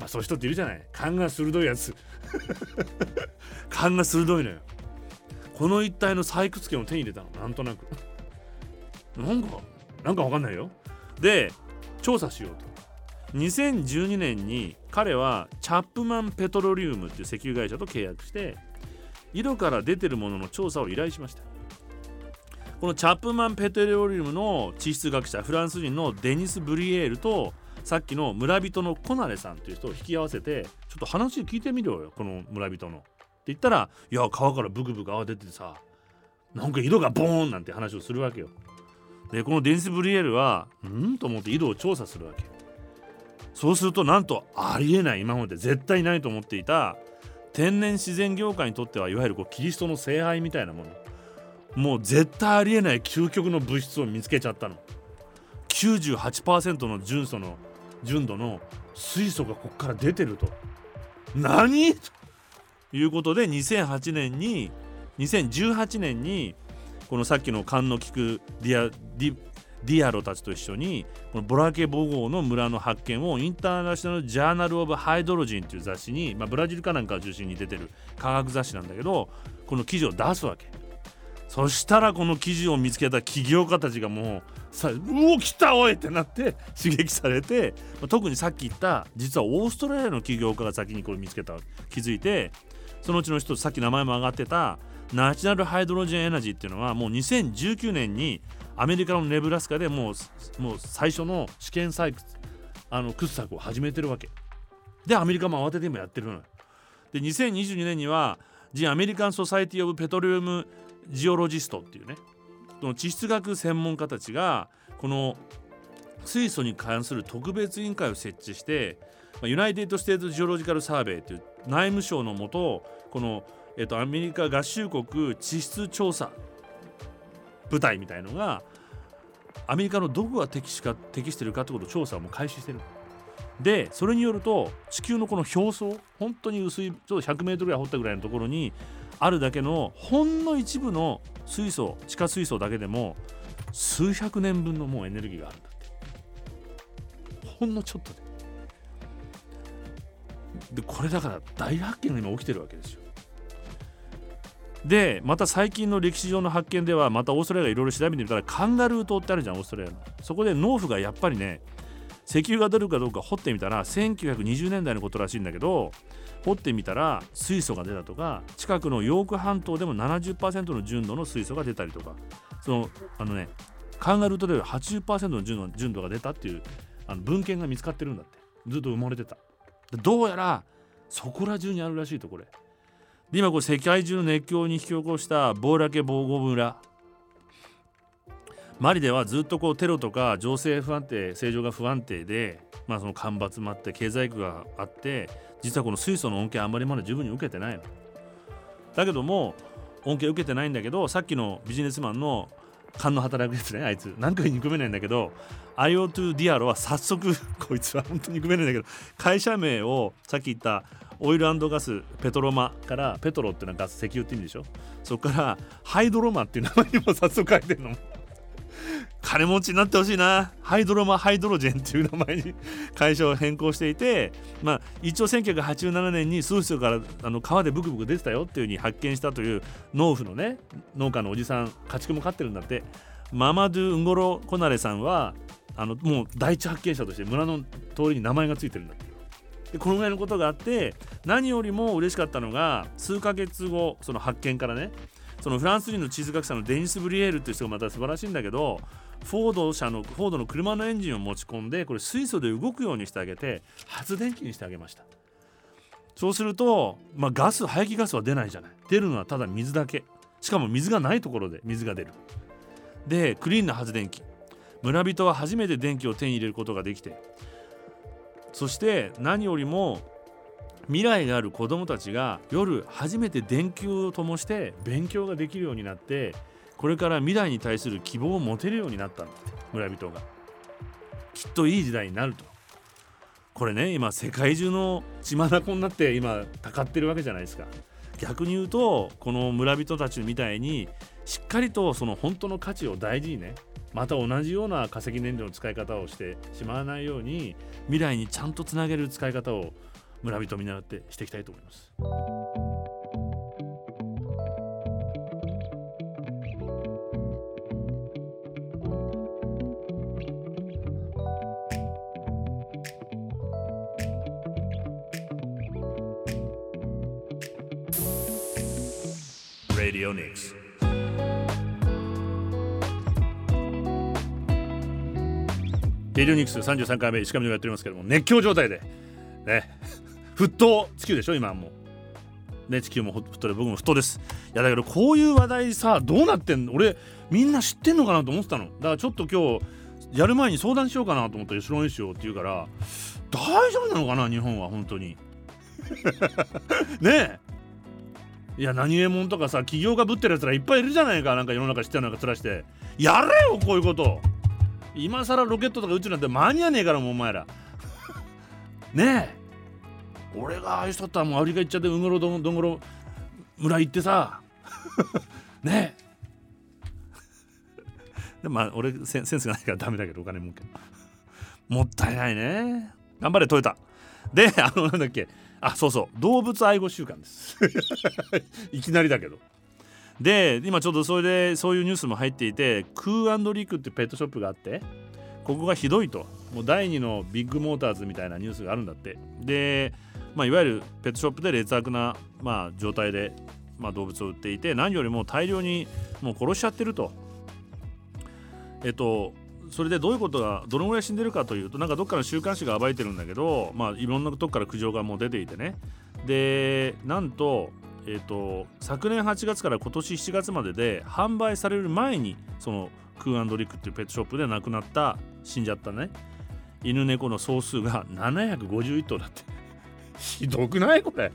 ぱそういう人っているじゃない。勘が鋭いやつ勘が鋭いのよ。この一帯の採掘権を手に入れたの、なんとなくなんかなんかわかんないよ。で調査しようとにせんじゅうにねんに彼はチャップマンペトロリウムっていう石油会社と契約して井戸から出てるものの調査を依頼しました。このチャップマンペトロリウムの地質学者フランス人のデニス・ブリエールとさっきの村人のコナレさんという人を引き合わせてちょっと話聞いてみろよこの村人のって言ったら、いや川からブクブク泡出ててさなんか井戸がボーンなんて話をするわけよ。でこのデニス・ブリエールはんと思って井戸を調査するわけ。そうするとなんとありえない、今まで絶対ないと思っていた天然自然業界にとってはいわゆるこうキリストの聖杯みたいなもの、もう絶対ありえない究極の物質を見つけちゃったの。 きゅうじゅうはちパーセント の純素の純度の水素がここから出てると。何ということでにせんはちねんににせんじゅうはちねんにこのさっきの勘の利くディアディディアロたちと一緒にこのボラケボ号の村の発見をインターナショナルジャーナルオブハイドロジンという雑誌に、まあ、ブラジルかなんかを中心に出てる科学雑誌なんだけど、この記事を出すわけ。そしたらこの記事を見つけた起業家たちがもうさ、うお来たおいってなって刺激されて、まあ、特にさっき言った実はオーストラリアの起業家が先にこれ見つけた気づいて、そのうちの一つさっき名前も挙がってたナチュラルハイドロジェンエナジーっていうのはもうにせんじゅうきゅうねんにアメリカのネブラスカでもう、もう最初の試験採掘あの掘削を始めてるわけで、アメリカも慌てて今やってるのよ。でにせんにじゅうにねんにはジ・アメリカン・ソサイティ・オブ・ペトリウム・ジオロジストっていうね、この地質学専門家たちがこの水素に関する特別委員会を設置して、ユナイテッド・ステート・ジオロジカル・サーベイという内務省のもと、この、えっと、アメリカ合衆国地質調査部隊みたいのがアメリカのどこが適しか適してるかってことを調査をもう開始してる。でそれによると地球のこの表層、本当に薄いちょっとひゃくメートルぐらい掘ったぐらいのところにあるだけのほんの一部の水素、地下水素だけでも数百年分のもうエネルギーがあるんだって。ほんのちょっとで。でこれだから大発見が今起きてるわけですよ。でまた最近の歴史上の発見ではまたオーストラリアがいろいろ調べてみたらカンガルー島ってあるじゃん、オーストラリアの。そこで農夫がやっぱりね石油が出るかどうか掘ってみたらせんきゅうひゃくにじゅうねんだいのことらしいんだけど、掘ってみたら水素が出たとか、近くのヨーク半島でも ななじゅっパーセント の純度の水素が出たりとか、そのあのねカンガルー島では はちじゅっパーセント の純度純度が出たっていうあの文献が見つかってるんだって。ずっと埋もれてた。どうやらそこら中にあるらしいと。これで今これ世界中の熱狂に引き起こしたボーラケボーゴ村、マリではずっとこうテロとか情勢不安定、政情が不安定で、まあその干ばつもあって経済苦があって、実はこの水素の恩恵あんまりまだ十分に受けてないの。だけども恩恵受けてないんだけど、さっきのビジネスマンの勘の働くやつね、あいつ何回憎めないんだけど、アイオーツー ディアロは早速こいつは本当に憎めないんだけど、会社名をさっき言ったオイル&ガスペトロマからペトロっていうのはガス石油って意味でしょ、そこからハイドロマっていう名前にも早速書いてるの。金持ちになってほしいな。ハイドロマハイドロジェンっていう名前に会社を変更していて、まあ一応せんきゅうひゃくはちじゅうななねんに水素からあの川でブクブク出てたよっていう風に発見したという農夫のね、農家のおじさん、家畜も飼ってるんだって。ママドゥ・ンゴロ・コナレさんはあのもう第一発見者として村の通りに名前がついてるんだって。でこのぐらいのことがあって、何よりも嬉しかったのが数ヶ月後、その発見からね、そのフランス人の地質学者のデニス・ブリエールっていう人がまた素晴らしいんだけど、フォード社のフォードの車のエンジンを持ち込んでこれ水素で動くようにしてあげて発電機にしてあげました。そうすると、まあ、ガス排気ガスは出ないじゃない。出るのはただ水だけ。しかも水がないところで水が出る。でクリーンな発電機、村人は初めて電気を手に入れることができて、そして何よりも未来がある子どもたちが夜初めて電球を灯して勉強ができるようになって、これから未来に対する希望を持てるようになったんだって。村人がきっといい時代になると。これね、今世界中の血眼になって今たかってるわけじゃないですか。逆に言うとこの村人たちみたいにしっかりとその本当の価値を大事にね、また同じような化石燃料の使い方をしてしまわないように未来にちゃんとつなげる使い方を村人を見習ってしていきたいと思います。レディオニクス。レディオニクスさんじゅうさんかいめ石上がやっておりますけども、熱狂状態でね、沸騰地球でしょ今もうね、地球も沸騰で僕も沸騰です。いやだけどこういう話題さどうなってんの、俺みんな知ってんのかなと思ってたの。だからちょっと今日やる前に相談しようかなと思ったら後ろにしようって言うから、大丈夫なのかな日本は本当にねえ、いや何えもんとかさ企業がぶってるやつらいっぱいいるじゃないか。なんか世の中知ってるのかつらしてやれよこういうこと。今更ロケットとか宇宙なんて間に合わねえからもうお前らねえ、俺がああいう人だったらもうアフリカ行っちゃってうごろどんどんごろ村行ってさねえでもまあ俺センスがないからダメだけどお金儲けもったいないね。頑張れトヨタで、あのなんだっけ、あそうそう動物愛護週間ですいきなりだけど。で今ちょっとそれでそういうニュースも入っていて、クー&リクってペットショップがあってここがひどいと、もう第二のビッグモーターズみたいなニュースがあるんだって。で、まあ、いわゆるペットショップで劣悪な、まあ、状態で、まあ、動物を売っていて、何よりも大量にもう殺しちゃってると。えっとそれでどういうことがどのぐらい死んでるかというと、なんかどっかの週刊誌が暴いてるんだけど、まあいろんなとこから苦情がもう出ていてね。でなんとえー、と昨年はちがつから今年しちがつまでで販売される前にそのクー&リクっていうペットショップで亡くなった死んじゃったね犬猫の総数がななひゃくごじゅういっとうだってひどくないこれ。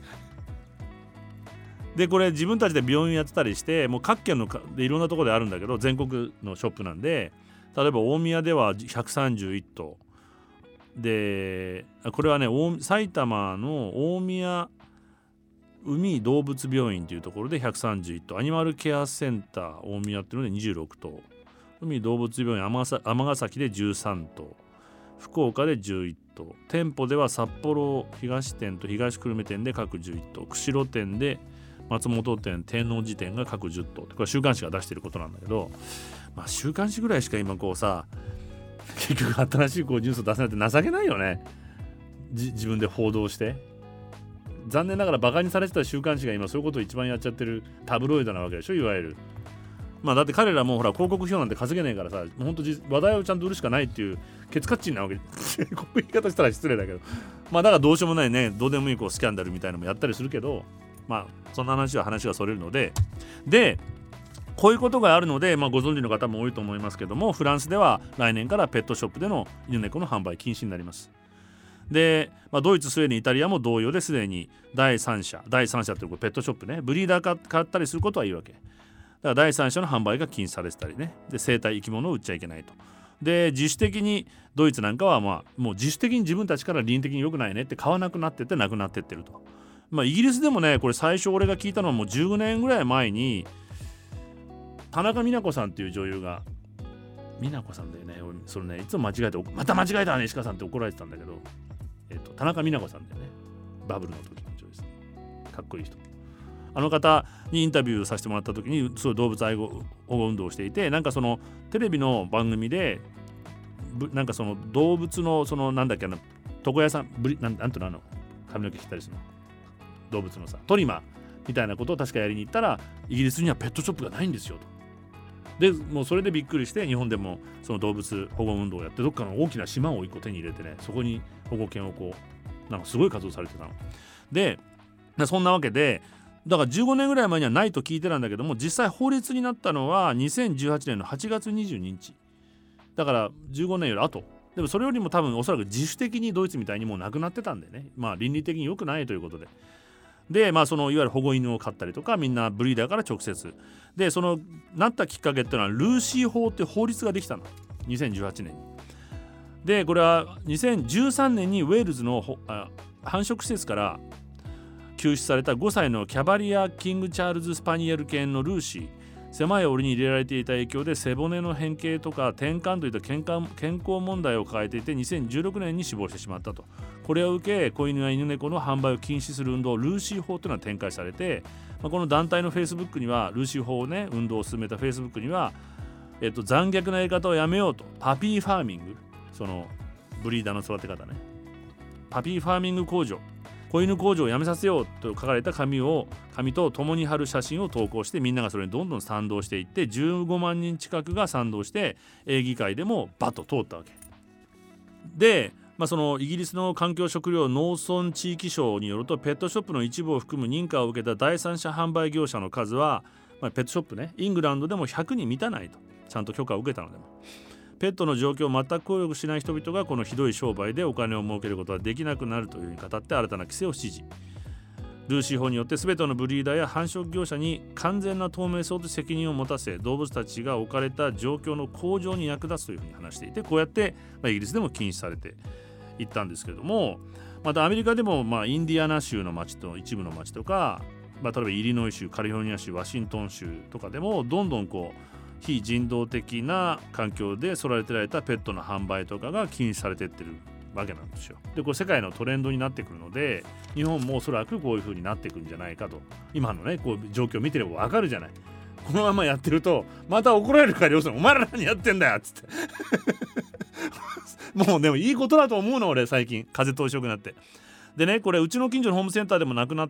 でこれ自分たちで病院やってたりして、もう各県のでいろんなところであるんだけど全国のショップなんで、例えば大宮ではひゃくさんじゅういっとうで、これはね埼玉の大宮海動物病院というところでひゃくさんじゅういっとう、アニマルケアセンター大宮っていうのでにじゅうろくとう、海動物病院尼崎でじゅうさんとう、福岡でじゅういっとう、店舗では札幌東店と東久留米店で各じゅういっとう、釧路店で松本店、天王寺店が各じゅっとう、これは週刊誌が出していることなんだけど、まあ週刊誌ぐらいしか今こうさ結局新しいこうニュースを出せないって情けないよね。じ自分で報道して残念ながらバカにされてた週刊誌が今そういうことを一番やっちゃってるタブロイドなわけでしょ、いわゆる。まあだって彼らもほら広告費用なんて稼げねえからさ、もうほんと話題をちゃんと売るしかないっていうケツカッチンなわけこういう言い方したら失礼だけど、まあだからどうしようもないね、どうでもいいこうスキャンダルみたいなのもやったりするけど、まあそんな話は話がそれるので、でこういうことがあるので、まあ、ご存知の方も多いと思いますけども、フランスでは来年からペットショップでの犬猫の販売禁止になります。で、まあ、ドイツ、スウェーデン、イタリアも同様ですでに第三者第三者というペットショップね、ブリーダーか買ったりすることはいいわけだから、第三者の販売が禁止されてたりね、で生態生き物を売っちゃいけないと。で自主的にドイツなんかは、まあ、もう自主的に自分たちから倫理的に良くないねって買わなくなってってなくなってってると。まあ、イギリスでもね、これ最初俺が聞いたのはもうじゅうねんぐらい前に田中美奈子さんっていう女優が、美奈子さんだよね、俺それねいつも間違えてまた間違えたね石川さんって怒られてたんだけど、えっと、田中美奈子さんだよね、バブルの時の女優です。かっこいい人。あの方にインタビューさせてもらった時にそういう動物愛護保護運動をしていて、なんかそのテレビの番組でなんかその動物のそのなんだっけな床屋さんブリなんなんとなの髪の毛切ったりするの動物のさトリマーみたいなことを確かやりに行ったら、イギリスにはペットショップがないんですよと。でもうそれでびっくりして日本でもその動物保護運動をやって、どっかの大きな島を一個手に入れてね、そこに保護犬をこうなんかすごい活動されてたので、そんなわけでだからじゅうごねんぐらい前にはないと聞いてたんだけども、実際法律になったのはにせんじゅうはちねんのはちがつにじゅうににちだからじゅうごねんより後でもそれよりも多分おそらく自主的にドイツみたいにもうなくなってたんでね、まあ倫理的に良くないということで、でまあそのいわゆる保護犬を飼ったりとかみんなブリーダーから直接で、そのなったきっかけっていうのはルーシー法って法律ができたのにせんじゅうはちねんに。でこれはにせんじゅうさんねんにウェールズのあ繁殖施設から救出されたごさいのキャバリア・キングチャールズ・スパニエル犬のルーシー、 狭い檻に入れられていた影響で背骨の変形とか転換といった健康健康問題を抱えていてにせんじゅうろくねんに死亡してしまったと。これを受け子犬や犬猫の販売を禁止する運動ルーシー法というのが展開されて、まあ、この団体のフェイスブックにはルーシー法をね運動を進めたフェイスブックには、えっと、残虐なやり方をやめようとパピーファーミング、そのブリーダーの育て方ね、パピーファーミング工場、子犬工場をやめさせようと書かれた紙を紙と共に貼る写真を投稿して、みんながそれにどんどん賛同していってじゅうごまんにん近くが賛同して営議会でもバッと通ったわけで、まあ、そのイギリスの環境食料農村地域省によると、ペットショップの一部を含む認可を受けた第三者販売業者の数は、まあ、ペットショップねイングランドでもひゃくにん満たないと、ちゃんと許可を受けたのでもペットの状況を全く協力しない人々がこのひどい商売でお金を儲けることはできなくなるというふうに語って新たな規制を指示。ルーシー法によって全てのブリーダーや繁殖業者に完全な透明性と責任を持たせ、動物たちが置かれた状況の向上に役立つというふうに話していて、こうやって、まあ、イギリスでも禁止されていったんですけれども、またアメリカでも、まあ、インディアナ州の町と一部の町とか、まあ、例えばイリノイ州、カリフォルニア州、ワシントン州とかでもどんどんこう非人道的な環境で育てられたペットの販売とかが禁止されていってるわけなんですよ。でこれ世界のトレンドになってくるので、日本もおそらくこういう風になっていくんじゃないかと、今のねこう状況を見てればわかるじゃない。このままやってるとまた怒られるから、要するにお前ら何やってんだよっつってもうでもいいことだと思うの俺、最近風通しよくなってでね、これうちの近所のホームセンターでもなくなって、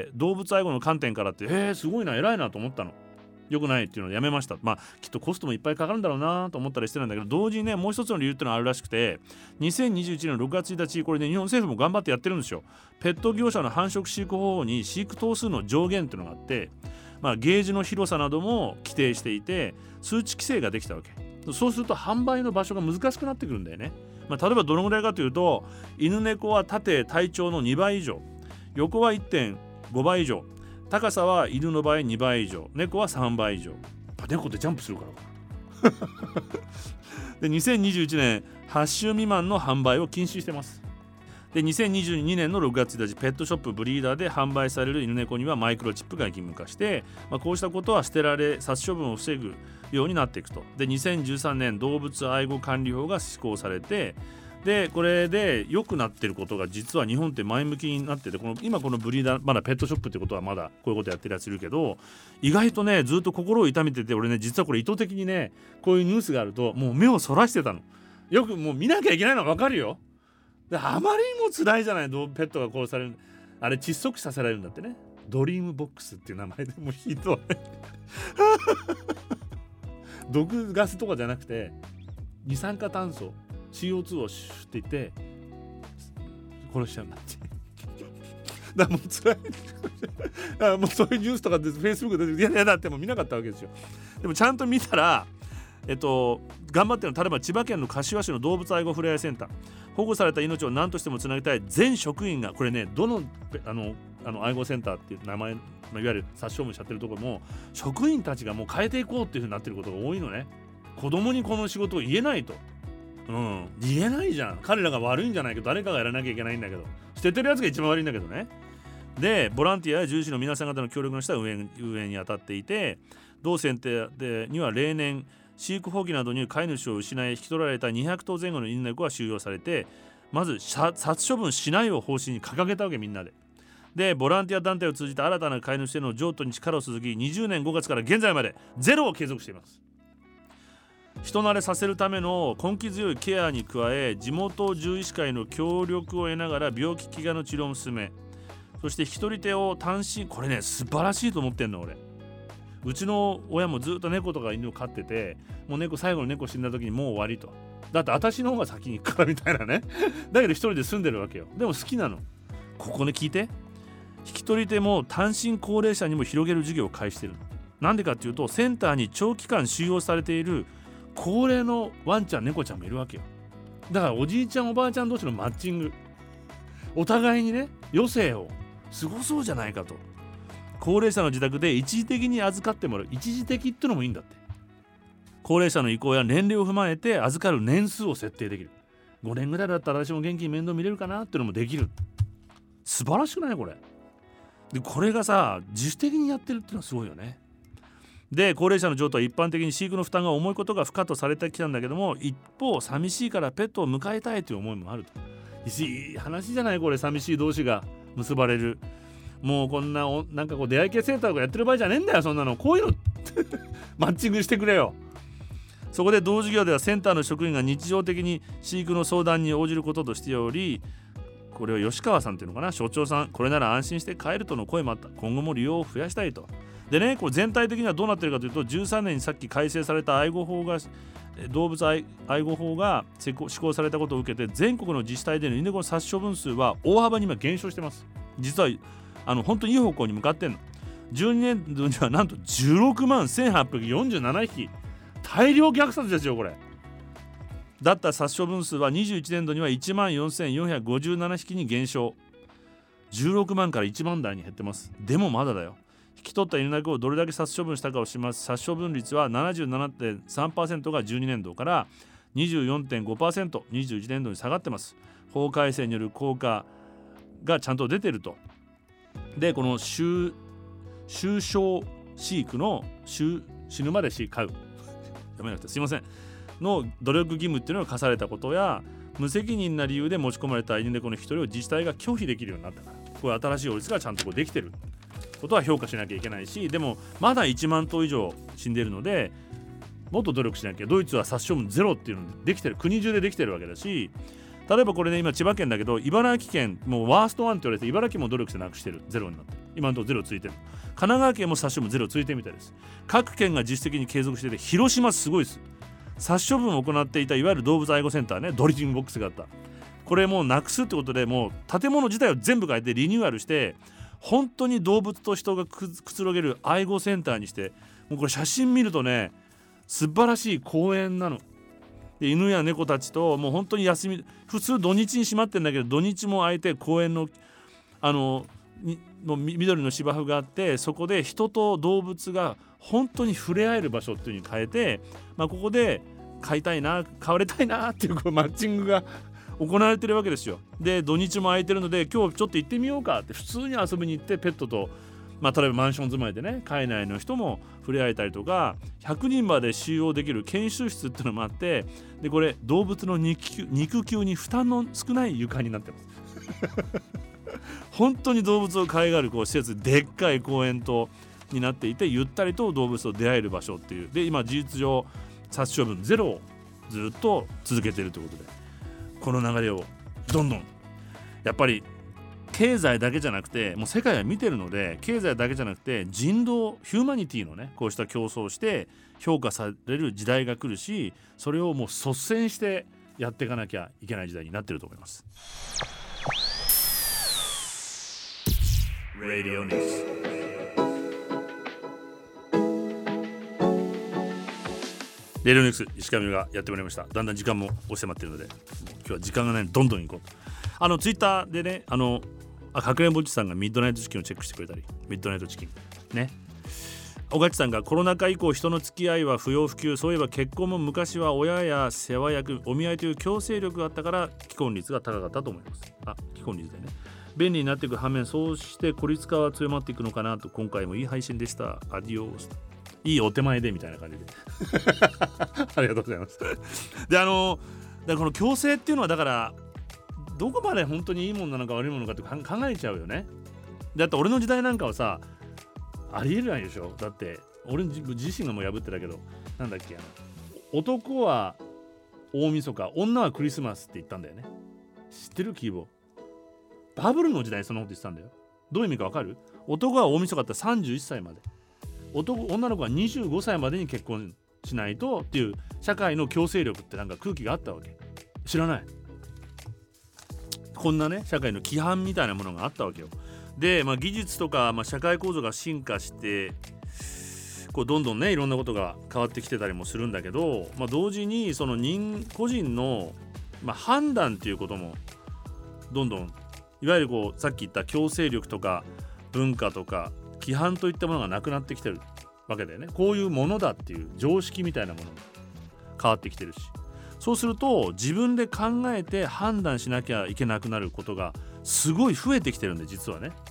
動物愛護の観点からってえー、すごいな偉いなと思ったの。良くないっていうのをやめました。まあきっとコストもいっぱいかかるんだろうなと思ったりしてるんだけど、同時にねもう一つの理由っていうのがあるらしくて、にせんにじゅういちねんのろくがつついたち、これね日本政府も頑張ってやってるんですよ。ペット業者の繁殖飼育方法に飼育頭数の上限っていうのがあって、まあ、ゲージの広さなども規定していて数値規制ができたわけ。そうすると販売の場所が難しくなってくるんだよね。まあ、例えばどのぐらいかというと、犬猫は縦体長のにばい以上、横は いってんごばい以上、高さは犬の場合にばい以上、猫はさんばい以上。猫ってジャンプするからかでにせんにじゅういちねんはっ週未満の販売を禁止してます。でにせんにじゅうにねんのろくがつついたち、ペットショップブリーダーで販売される犬猫にはマイクロチップが義務化して、まあ、こうしたことは捨てられ殺処分を防ぐようになっていくと。でにせんじゅうさんねん動物愛護管理法が施行されて、でこれで良くなってることが、実は日本って前向きになってて、この今このブリーダーまだペットショップってことはまだこういうことやってるやついるけど、意外とねずっと心を痛めてて、俺ね実はこれ意図的にねこういうニュースがあるともう目をそらしてたの。よくもう見なきゃいけないのは分かるよ。であまりにも辛いじゃない、ペットが殺される、あれ窒息死させられるんだってね。ドリームボックスっていう名前でもうひどい毒ガスとかじゃなくて二酸化炭素 シーオーツー をシュッていって殺しちゃうんだってだからもう辛いだからもうそういうニュースとかで Facebook でいやいやだってもう見なかったわけですよ。でもちゃんと見たらえっと頑張ってるのは、例えば千葉県の柏市の動物愛護ふれあいセンター、保護された命を何としてもつなげたい全職員が、これねどのあのあの愛護センターっていう名前、まあ、いわゆる殺処分しちゃってるところも職員たちがもう変えていこうっていう風になってることが多いのね。子供にこの仕事を言えないと、うん、言えないじゃん。彼らが悪いんじゃないけど誰かがやらなきゃいけないんだけど、捨ててるやつが一番悪いんだけどね。でボランティアや獣医師の皆さん方の協力の下運営運営に当たっていて、同センターには例年飼育放棄などに飼い主を失い引き取られたにひゃくとうぜん後の犬猫が収容されて、まず殺処分しないを方針に掲げたわけ、みんなで。でボランティア団体を通じて新たな飼い主への譲渡に力を注ぎ、にじゅうねんごがつから現在までゼロを継続しています。人慣れさせるための根気強いケアに加え、地元獣医師会の協力を得ながら病気飢餓の治療も進め、そして引き取り手を単身、これね素晴らしいと思ってんの俺。うちの親もずっと猫とか犬を飼ってて、もう猫最後の猫死んだ時にもう終わりと、だって私の方が先に行くからみたいなねだけど一人で住んでるわけよ。でも好きなの。ここね聞いて、引き取り手も単身高齢者にも広げる事業を開始してるの。なんでかっていうと、センターに長期間収容されている高齢のワンちゃん猫ちゃんもいるわけよ。だからおじいちゃんおばあちゃん同士のマッチング、お互いにね余生を過ごそうじゃないかと。高齢者の自宅で一時的に預かってもらう、一時的ってのもいいんだって。高齢者の意向や年齢を踏まえて預かる年数を設定できる。ごねんぐらいだったら私も元気に面倒見れるかなっていうのもできる。素晴らしくないこれ。でこれがさ自主的にやってるっていうのはすごいよね。 で高齢者の譲渡は一般的に飼育の負担が重いことが不可とされてきたんだけども、一方寂しいからペットを迎えたいという思いもあると。いい話じゃない、これ。寂しい同士が結ばれる。もうこんななんかこう出会い系センターとかやってる場合じゃねえんだよ、そんなの。こういうのマッチングしてくれよ。そこで同事業ではセンターの職員が日常的に飼育の相談に応じることとしており、これを吉川さんっていうのかな、所長さん、これなら安心して飼えるとの声もあった。今後も利用を増やしたいと。でね、これ全体的にはどうなってるかというと、じゅうさんねんにさっき改正された愛護法が動物 愛, 愛護法が施行されたことを受けて、全国の自治体での犬猫の殺処分数は大幅に今減少してます。実はあの本当にいい方向に向かってんの。じゅうにねんどにはなんとじゅうろくまんせんはっぴゃくよんじゅうななひき、大量虐殺ですよこれ。だった殺処分数はにじゅういちねんどにはいちまんよんせんよんひゃくごじゅうななひきに減少。じゅうろくまんからいちまん台に減ってます。でもまだだよ。引き取った犬猫をどれだけ殺処分したかをします。殺処分率は ななじゅうななてんさんパーセント がじゅうにねんどから にじゅうよんてんごパーセント、にじゅういちねんどに下がってます。法改正による効果がちゃんと出てると。でこの終終生飼育の終死ぬまで飼うやめなくてすいませんの努力義務っていうのが課されたことや、無責任な理由で持ち込まれた犬猫の引き取りを自治体が拒否できるようになったから、これ新しい法律がちゃんとこうできてることは評価しなきゃいけないし、でもまだいちまんとう以上死んでいるのでもっと努力しなきゃ。ドイツは殺処分ゼロっていうのできてる、国中でできてるわけだし、例えばこれね、今千葉県だけど茨城県もうワーストワンって言われて、茨城も努力してなくしてる、ゼロになってる。今のところゼロついてる。神奈川県も殺処分ゼロついてるみたいです。各県が自主的に継続してて、広島すごいです。殺処分を行っていたいわゆる動物愛護センターね、ドリームボックスがあった、これもうなくすってことで、もう建物自体を全部変えてリニューアルして、本当に動物と人がくつろげる愛護センターにして、もうこれ写真見るとね、素晴らしい公園なので、犬や猫たちともう本当に休み、普通土日に閉まってるんだけど、土日も空いて公園のあのの緑の芝生があって、そこで人と動物が本当に触れ合える場所っていう風に変えて、まあ、ここで飼いたいな、飼われたいなっていうこうマッチングが行われてるわけですよ。で土日も空いてるので、今日ちょっと行ってみようかって普通に遊びに行って、ペットと、まあ、例えばマンション住まいでね、海内の人も触れ合えたりとか、ひゃくにんまで収容できる研修室っていうのもあって、でこれ動物の肉球、肉球に負担の少ない床になってます本当に動物を可愛がるこう施設、でっかい公園とになっていて、ゆったりと動物と出会える場所っていう。で今事実上殺処分ゼロをずっと続けているということで、この流れをどんどんやっぱり経済だけじゃなくて、もう世界は見てるので、経済だけじゃなくて人道、ヒューマニティのね、こうした競争をして評価される時代が来るし、それをもう率先してやっていかなきゃいけない時代になってると思います。Radio News。レディオニュース石上がやってまいりました。だんだん時間も押し迫っているので、もう今日は時間がないのでどんどん行こうと。あのツイッターでね、あのあかくれんぼっちさんがミッドナイトチキンをチェックしてくれたり、ミッドナイトチキンね、おがちさんがコロナ禍以降人の付き合いは不要不急、そういえば結婚も昔は親や世話役、お見合いという強制力があったから既婚率が高かったと思います。あ、既婚率でね、便利になっていく反面、そうして孤立化は強まっていくのかなと。今回もいい配信でした。アディオス、いいお手前でみたいな感じでありがとうございますで、あのだからこの強制っていうのは、だからどこまで本当にいいものなのか悪いものかって考えちゃうよね。だって俺の時代なんかはさ、ありえないでしょ。だって俺自身がもう破ってたけど、なんだっけ、あの男は大晦日、女はクリスマスって言ったんだよね。知ってる？キーボーバブルの時代にそんなこと言ってたんだよ。どういう意味かわかる？男は大晦日だったらさんじゅういっさいまで、男女の子はにじゅうごさいまでに結婚しないとっていう社会の強制力ってなんか空気があったわけ。知らない？こんなね社会の規範みたいなものがあったわけよ。で、まあ、技術とか、まあ、社会構造が進化してこうどんどんねいろんなことが変わってきてたりもするんだけど、まあ、同時にその人個人の、まあ、判断っていうこともどんどん、いわゆるこうさっき言った強制力とか文化とか規範といったものがなくなってきてるわけだよね。こういうものだっていう常識みたいなものが変わってきてるし、そうすると自分で考えて判断しなきゃいけなくなることがすごい増えてきてるんで、実はね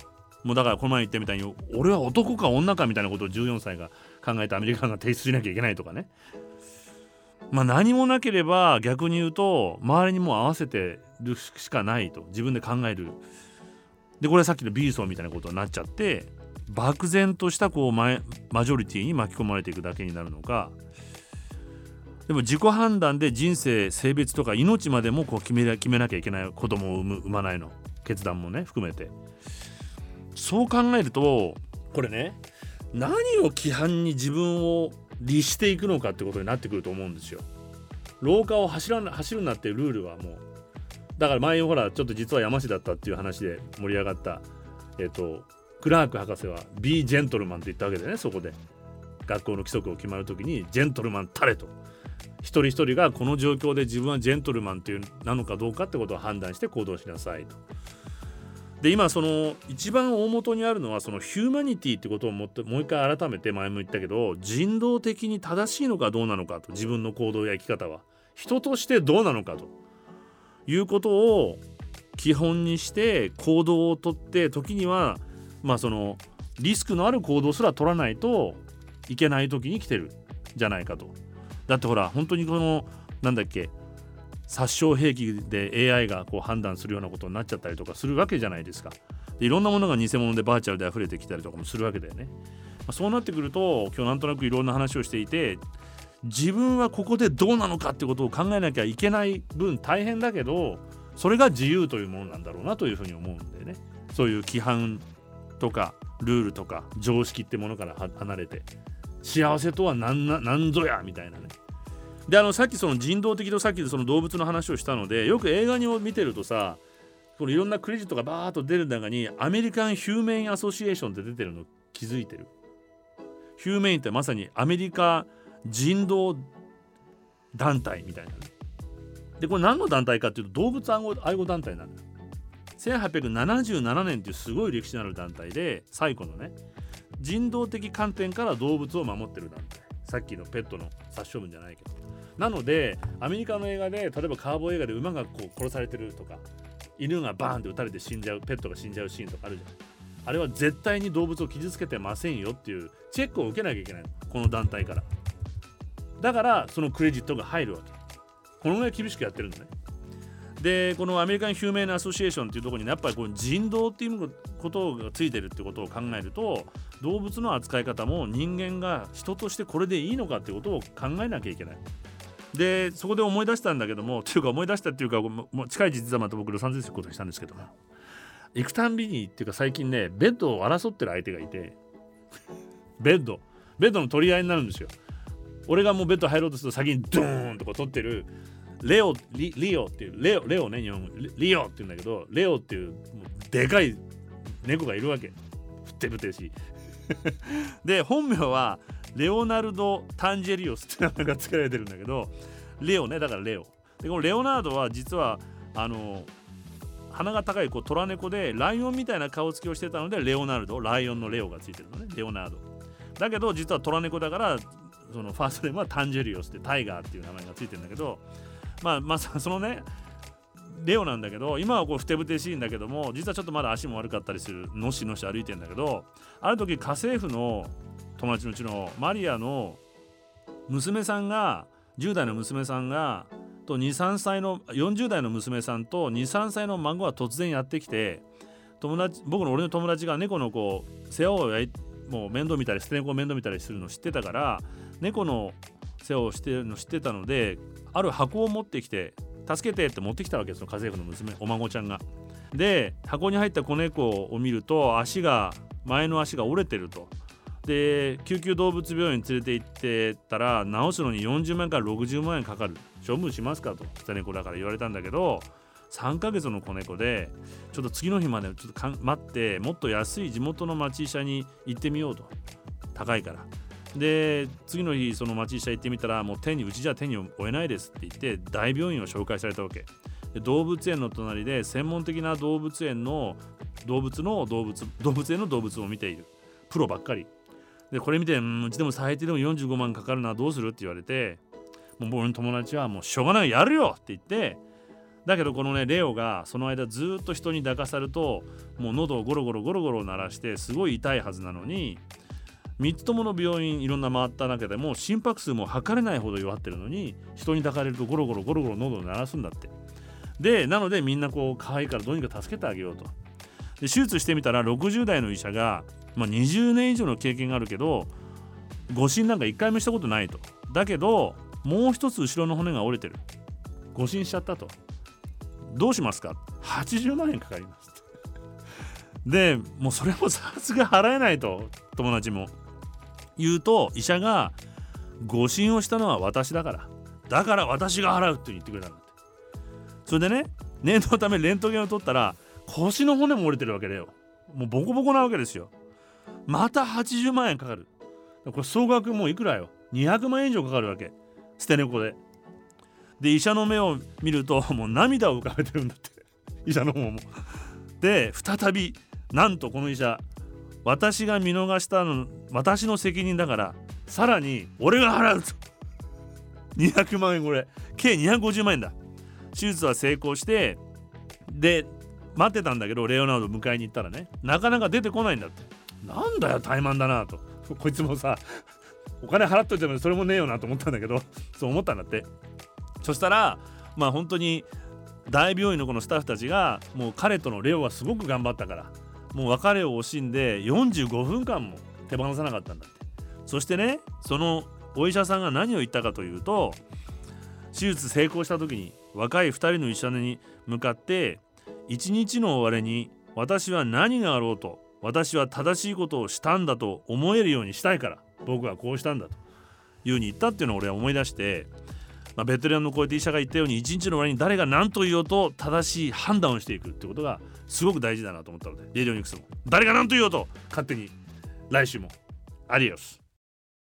もうだからこの前言ったみたいに俺は男か女かみたいなことをじゅうよんさいが考えてアメリカが提出しなきゃいけないとかね。まあ何もなければ逆に言うと周りにもう合わせてるしかないと自分で考える。でこれはさっきのビーソンみたいなことになっちゃって漠然としたこうママジョリティに巻き込まれていくだけになるのか、でも自己判断で人生性別とか命までもこう決め決めなきゃいけない、子供を産む産まないの決断もね含めて、そう考えるとこれね何を規範に自分を律していくのかってことになってくると思うんですよ。廊下を走らな走るなっていうルールはもうだから前ほらちょっと実は山師だったっていう話で盛り上がったえっとクラーク博士は Be gentleman って言ったわけでね、そこで学校の規則を決まるときにジェントルマンたれと一人一人がこの状況で自分はジェントルマンっていうなのかどうかってことを判断して行動しなさいと。で今その一番大元にあるのはそのヒューマニティってことをもってもう一回改めて前も言ったけど人道的に正しいのかどうなのかと、自分の行動や生き方は人としてどうなのかということを基本にして行動をとって時にはまあそのリスクのある行動すら取らないといけない時に来てるじゃないかと。だってほら本当にこのなんだっけ殺傷兵器で エーアイ がこう判断するようなことになっちゃったりとかするわけじゃないですか。でいろんなものが偽物でバーチャルで溢れてきたりとかもするわけだよね。まあ、そうなってくると今日なんとなくいろんな話をしていて自分はここでどうなのかってことを考えなきゃいけない分大変だけどそれが自由というものなんだろうなというふうに思うんでね。そういう規範とかルールとか常識ってものから離れて幸せとは何な、何ぞやみたいなね。であのさっきその人道的とさっきその動物の話をしたのでよく映画を見てるとさこのいろんなクレジットがバーッと出る中にアメリカン・ヒューメイン・アソシエーションって出てるの気づいてる？ヒューメインってまさにアメリカ人道団体みたいなね。でこれ何の団体かっていうと動物愛護、愛護団体なのよ。せんはっぴゃくななじゅうななねんっていうすごい歴史のある団体で最古のね人道的観点から動物を守ってる団体。さっきのペットの殺処分じゃないけど。なのでアメリカの映画で例えばカーボーイ映画で馬がこう殺されてるとか犬がバーンって撃たれて死んじゃうペットが死んじゃうシーンとかあるじゃん。あれは絶対に動物を傷つけてませんよっていうチェックを受けなきゃいけないのこの団体から。だからそのクレジットが入るわけ。このぐらい厳しくやってるのね。でこのアメリカン・ヒューメイン・アソシエーションっていうところに、ね、やっぱりこう人道っていうことがついてるってことを考えると動物の扱い方も人間が人としてこれでいいのかってことを考えなきゃいけない。でそこで思い出したんだけどもっていうか思い出したっていうかもう近い実はまた僕ロサンゼルス行くことにしたんですけども行くたんびにっていうか最近ねベッドを争ってる相手がいてベッドベッドの取り合いになるんですよ。俺がもうベッド入ろうとすると先にドーンとこう取ってるレオ リ, リオっていうレオレオね日本語 リ, リオっていうんだけどレオっていうもうでかい猫がいるわけ。ふってぶてしで本名はレオナルド・タンジェリオスって名前が付けられてるんだけどレオねだからレオでこのレオナルドは実はあの鼻が高いこう虎猫でライオンみたいな顔つきをしてたのでレオナルドライオンのレオがついてるのねレオナルドだけど実は虎猫だからそのファーストネームはタンジェリオスってタイガーっていう名前がついてるんだけどまあまあそのねレオなんだけど今はこうふてぶてしいんだけども実はちょっとまだ足も悪かったりするのしのし歩いてんだけどある時家政婦の友達のうちのマリアの娘さんがじゅう代の娘さんがとにさんさいのよんじゅう代の娘さんとにさんさいの孫が突然やってきて友達僕の俺の友達が猫のこう世話をやいもう面倒見たり捨て猫を面倒見たりするの知ってたから猫の世話をしてるの知ってたのである箱を持ってきて助けてって持ってきたわけですよ家政婦の娘お孫ちゃんが。で箱に入った子猫を見ると足が前の足が折れてると。で救急動物病院に連れて行ってたら治すのによんじゅうまんからろくじゅうまんえんかかる処分しますかと捨て猫だから言われたんだけどさんかげつの子猫でちょっと次の日までちょっとかん待ってもっと安い地元の町医者に行ってみようと高いからで次の日その町医者行ってみたらもう手にうちじゃ手に負えないですって言って大病院を紹介されたわけで動物園の隣で専門的な動物園の動物の動物動物園の動物を見ているプロばっかりでこれ見てうんうちでも最低でもよんじゅうごまんかかるなどうするって言われてもう僕の友達はもうしょうがないやるよって言ってだけどこのねレオがその間ずっと人に抱かさるともう喉をゴロゴロゴロゴロ鳴らしてすごい痛いはずなのに、みっつともの病院いろんな回った中でも心拍数も測れないほど弱ってるのに、人に抱かれるとゴロゴロゴロゴロ喉を鳴らすんだって。でなのでみんなこう可愛いからどうにか助けてあげようと。で手術してみたらろくじゅう代の医者が、まあ、にじゅうねん以上の経験があるけど誤診なんかいっかいもしたことないと。だけどもう一つ後ろの骨が折れてる、誤診しちゃったと。どうしますか。はちじゅうまんえんかかりますでもうそれもさすが払えないと友達も言うと、医者が誤診をしたのは私だからだから私が払うって言ってくれたんだって。それでね念のためレントゲンを取ったら腰の骨も折れてるわけだよ。もうボコボコなわけですよ。またはちじゅうまんえんかかる。これ総額もういくらよ、にひゃくまんえん以上かかるわけ、捨て猫で。で医者の目を見るともう涙を浮かべてるんだって医者の方も。で再びなんとこの医者、私が見逃したの私の責任だからさらに俺が払うとにひゃくまんえん、これ計にひゃくごじゅうまんえんだ。手術は成功して、で待ってたんだけどレオナルド迎えに行ったらね、なかなか出てこないんだって。なんだよ怠慢だなとこいつもさお金払っといてもそれもねえよなと思ったんだけどそう思ったんだって。そしたらまあ本当に大病院のこのスタッフたちがもう彼とのレオはすごく頑張ったからもう別れを惜しんでよんじゅうごふんかんも手放さなかったんだって。そしてねそのお医者さんが何を言ったかというと、手術成功した時に若いふたりの医者に向かって、一日の終わりに私は何があろうと私は正しいことをしたんだと思えるようにしたいから僕はこうしたんだというふうに言ったっていうのを俺は思い出して、まあ、ベテランのこうやって医者が言ったように一日の終わりに誰が何と言おうと正しい判断をしていくってことがすごく大事だなと思ったので、レディオニクスも誰が何と言おうと勝手に来週もアディオス。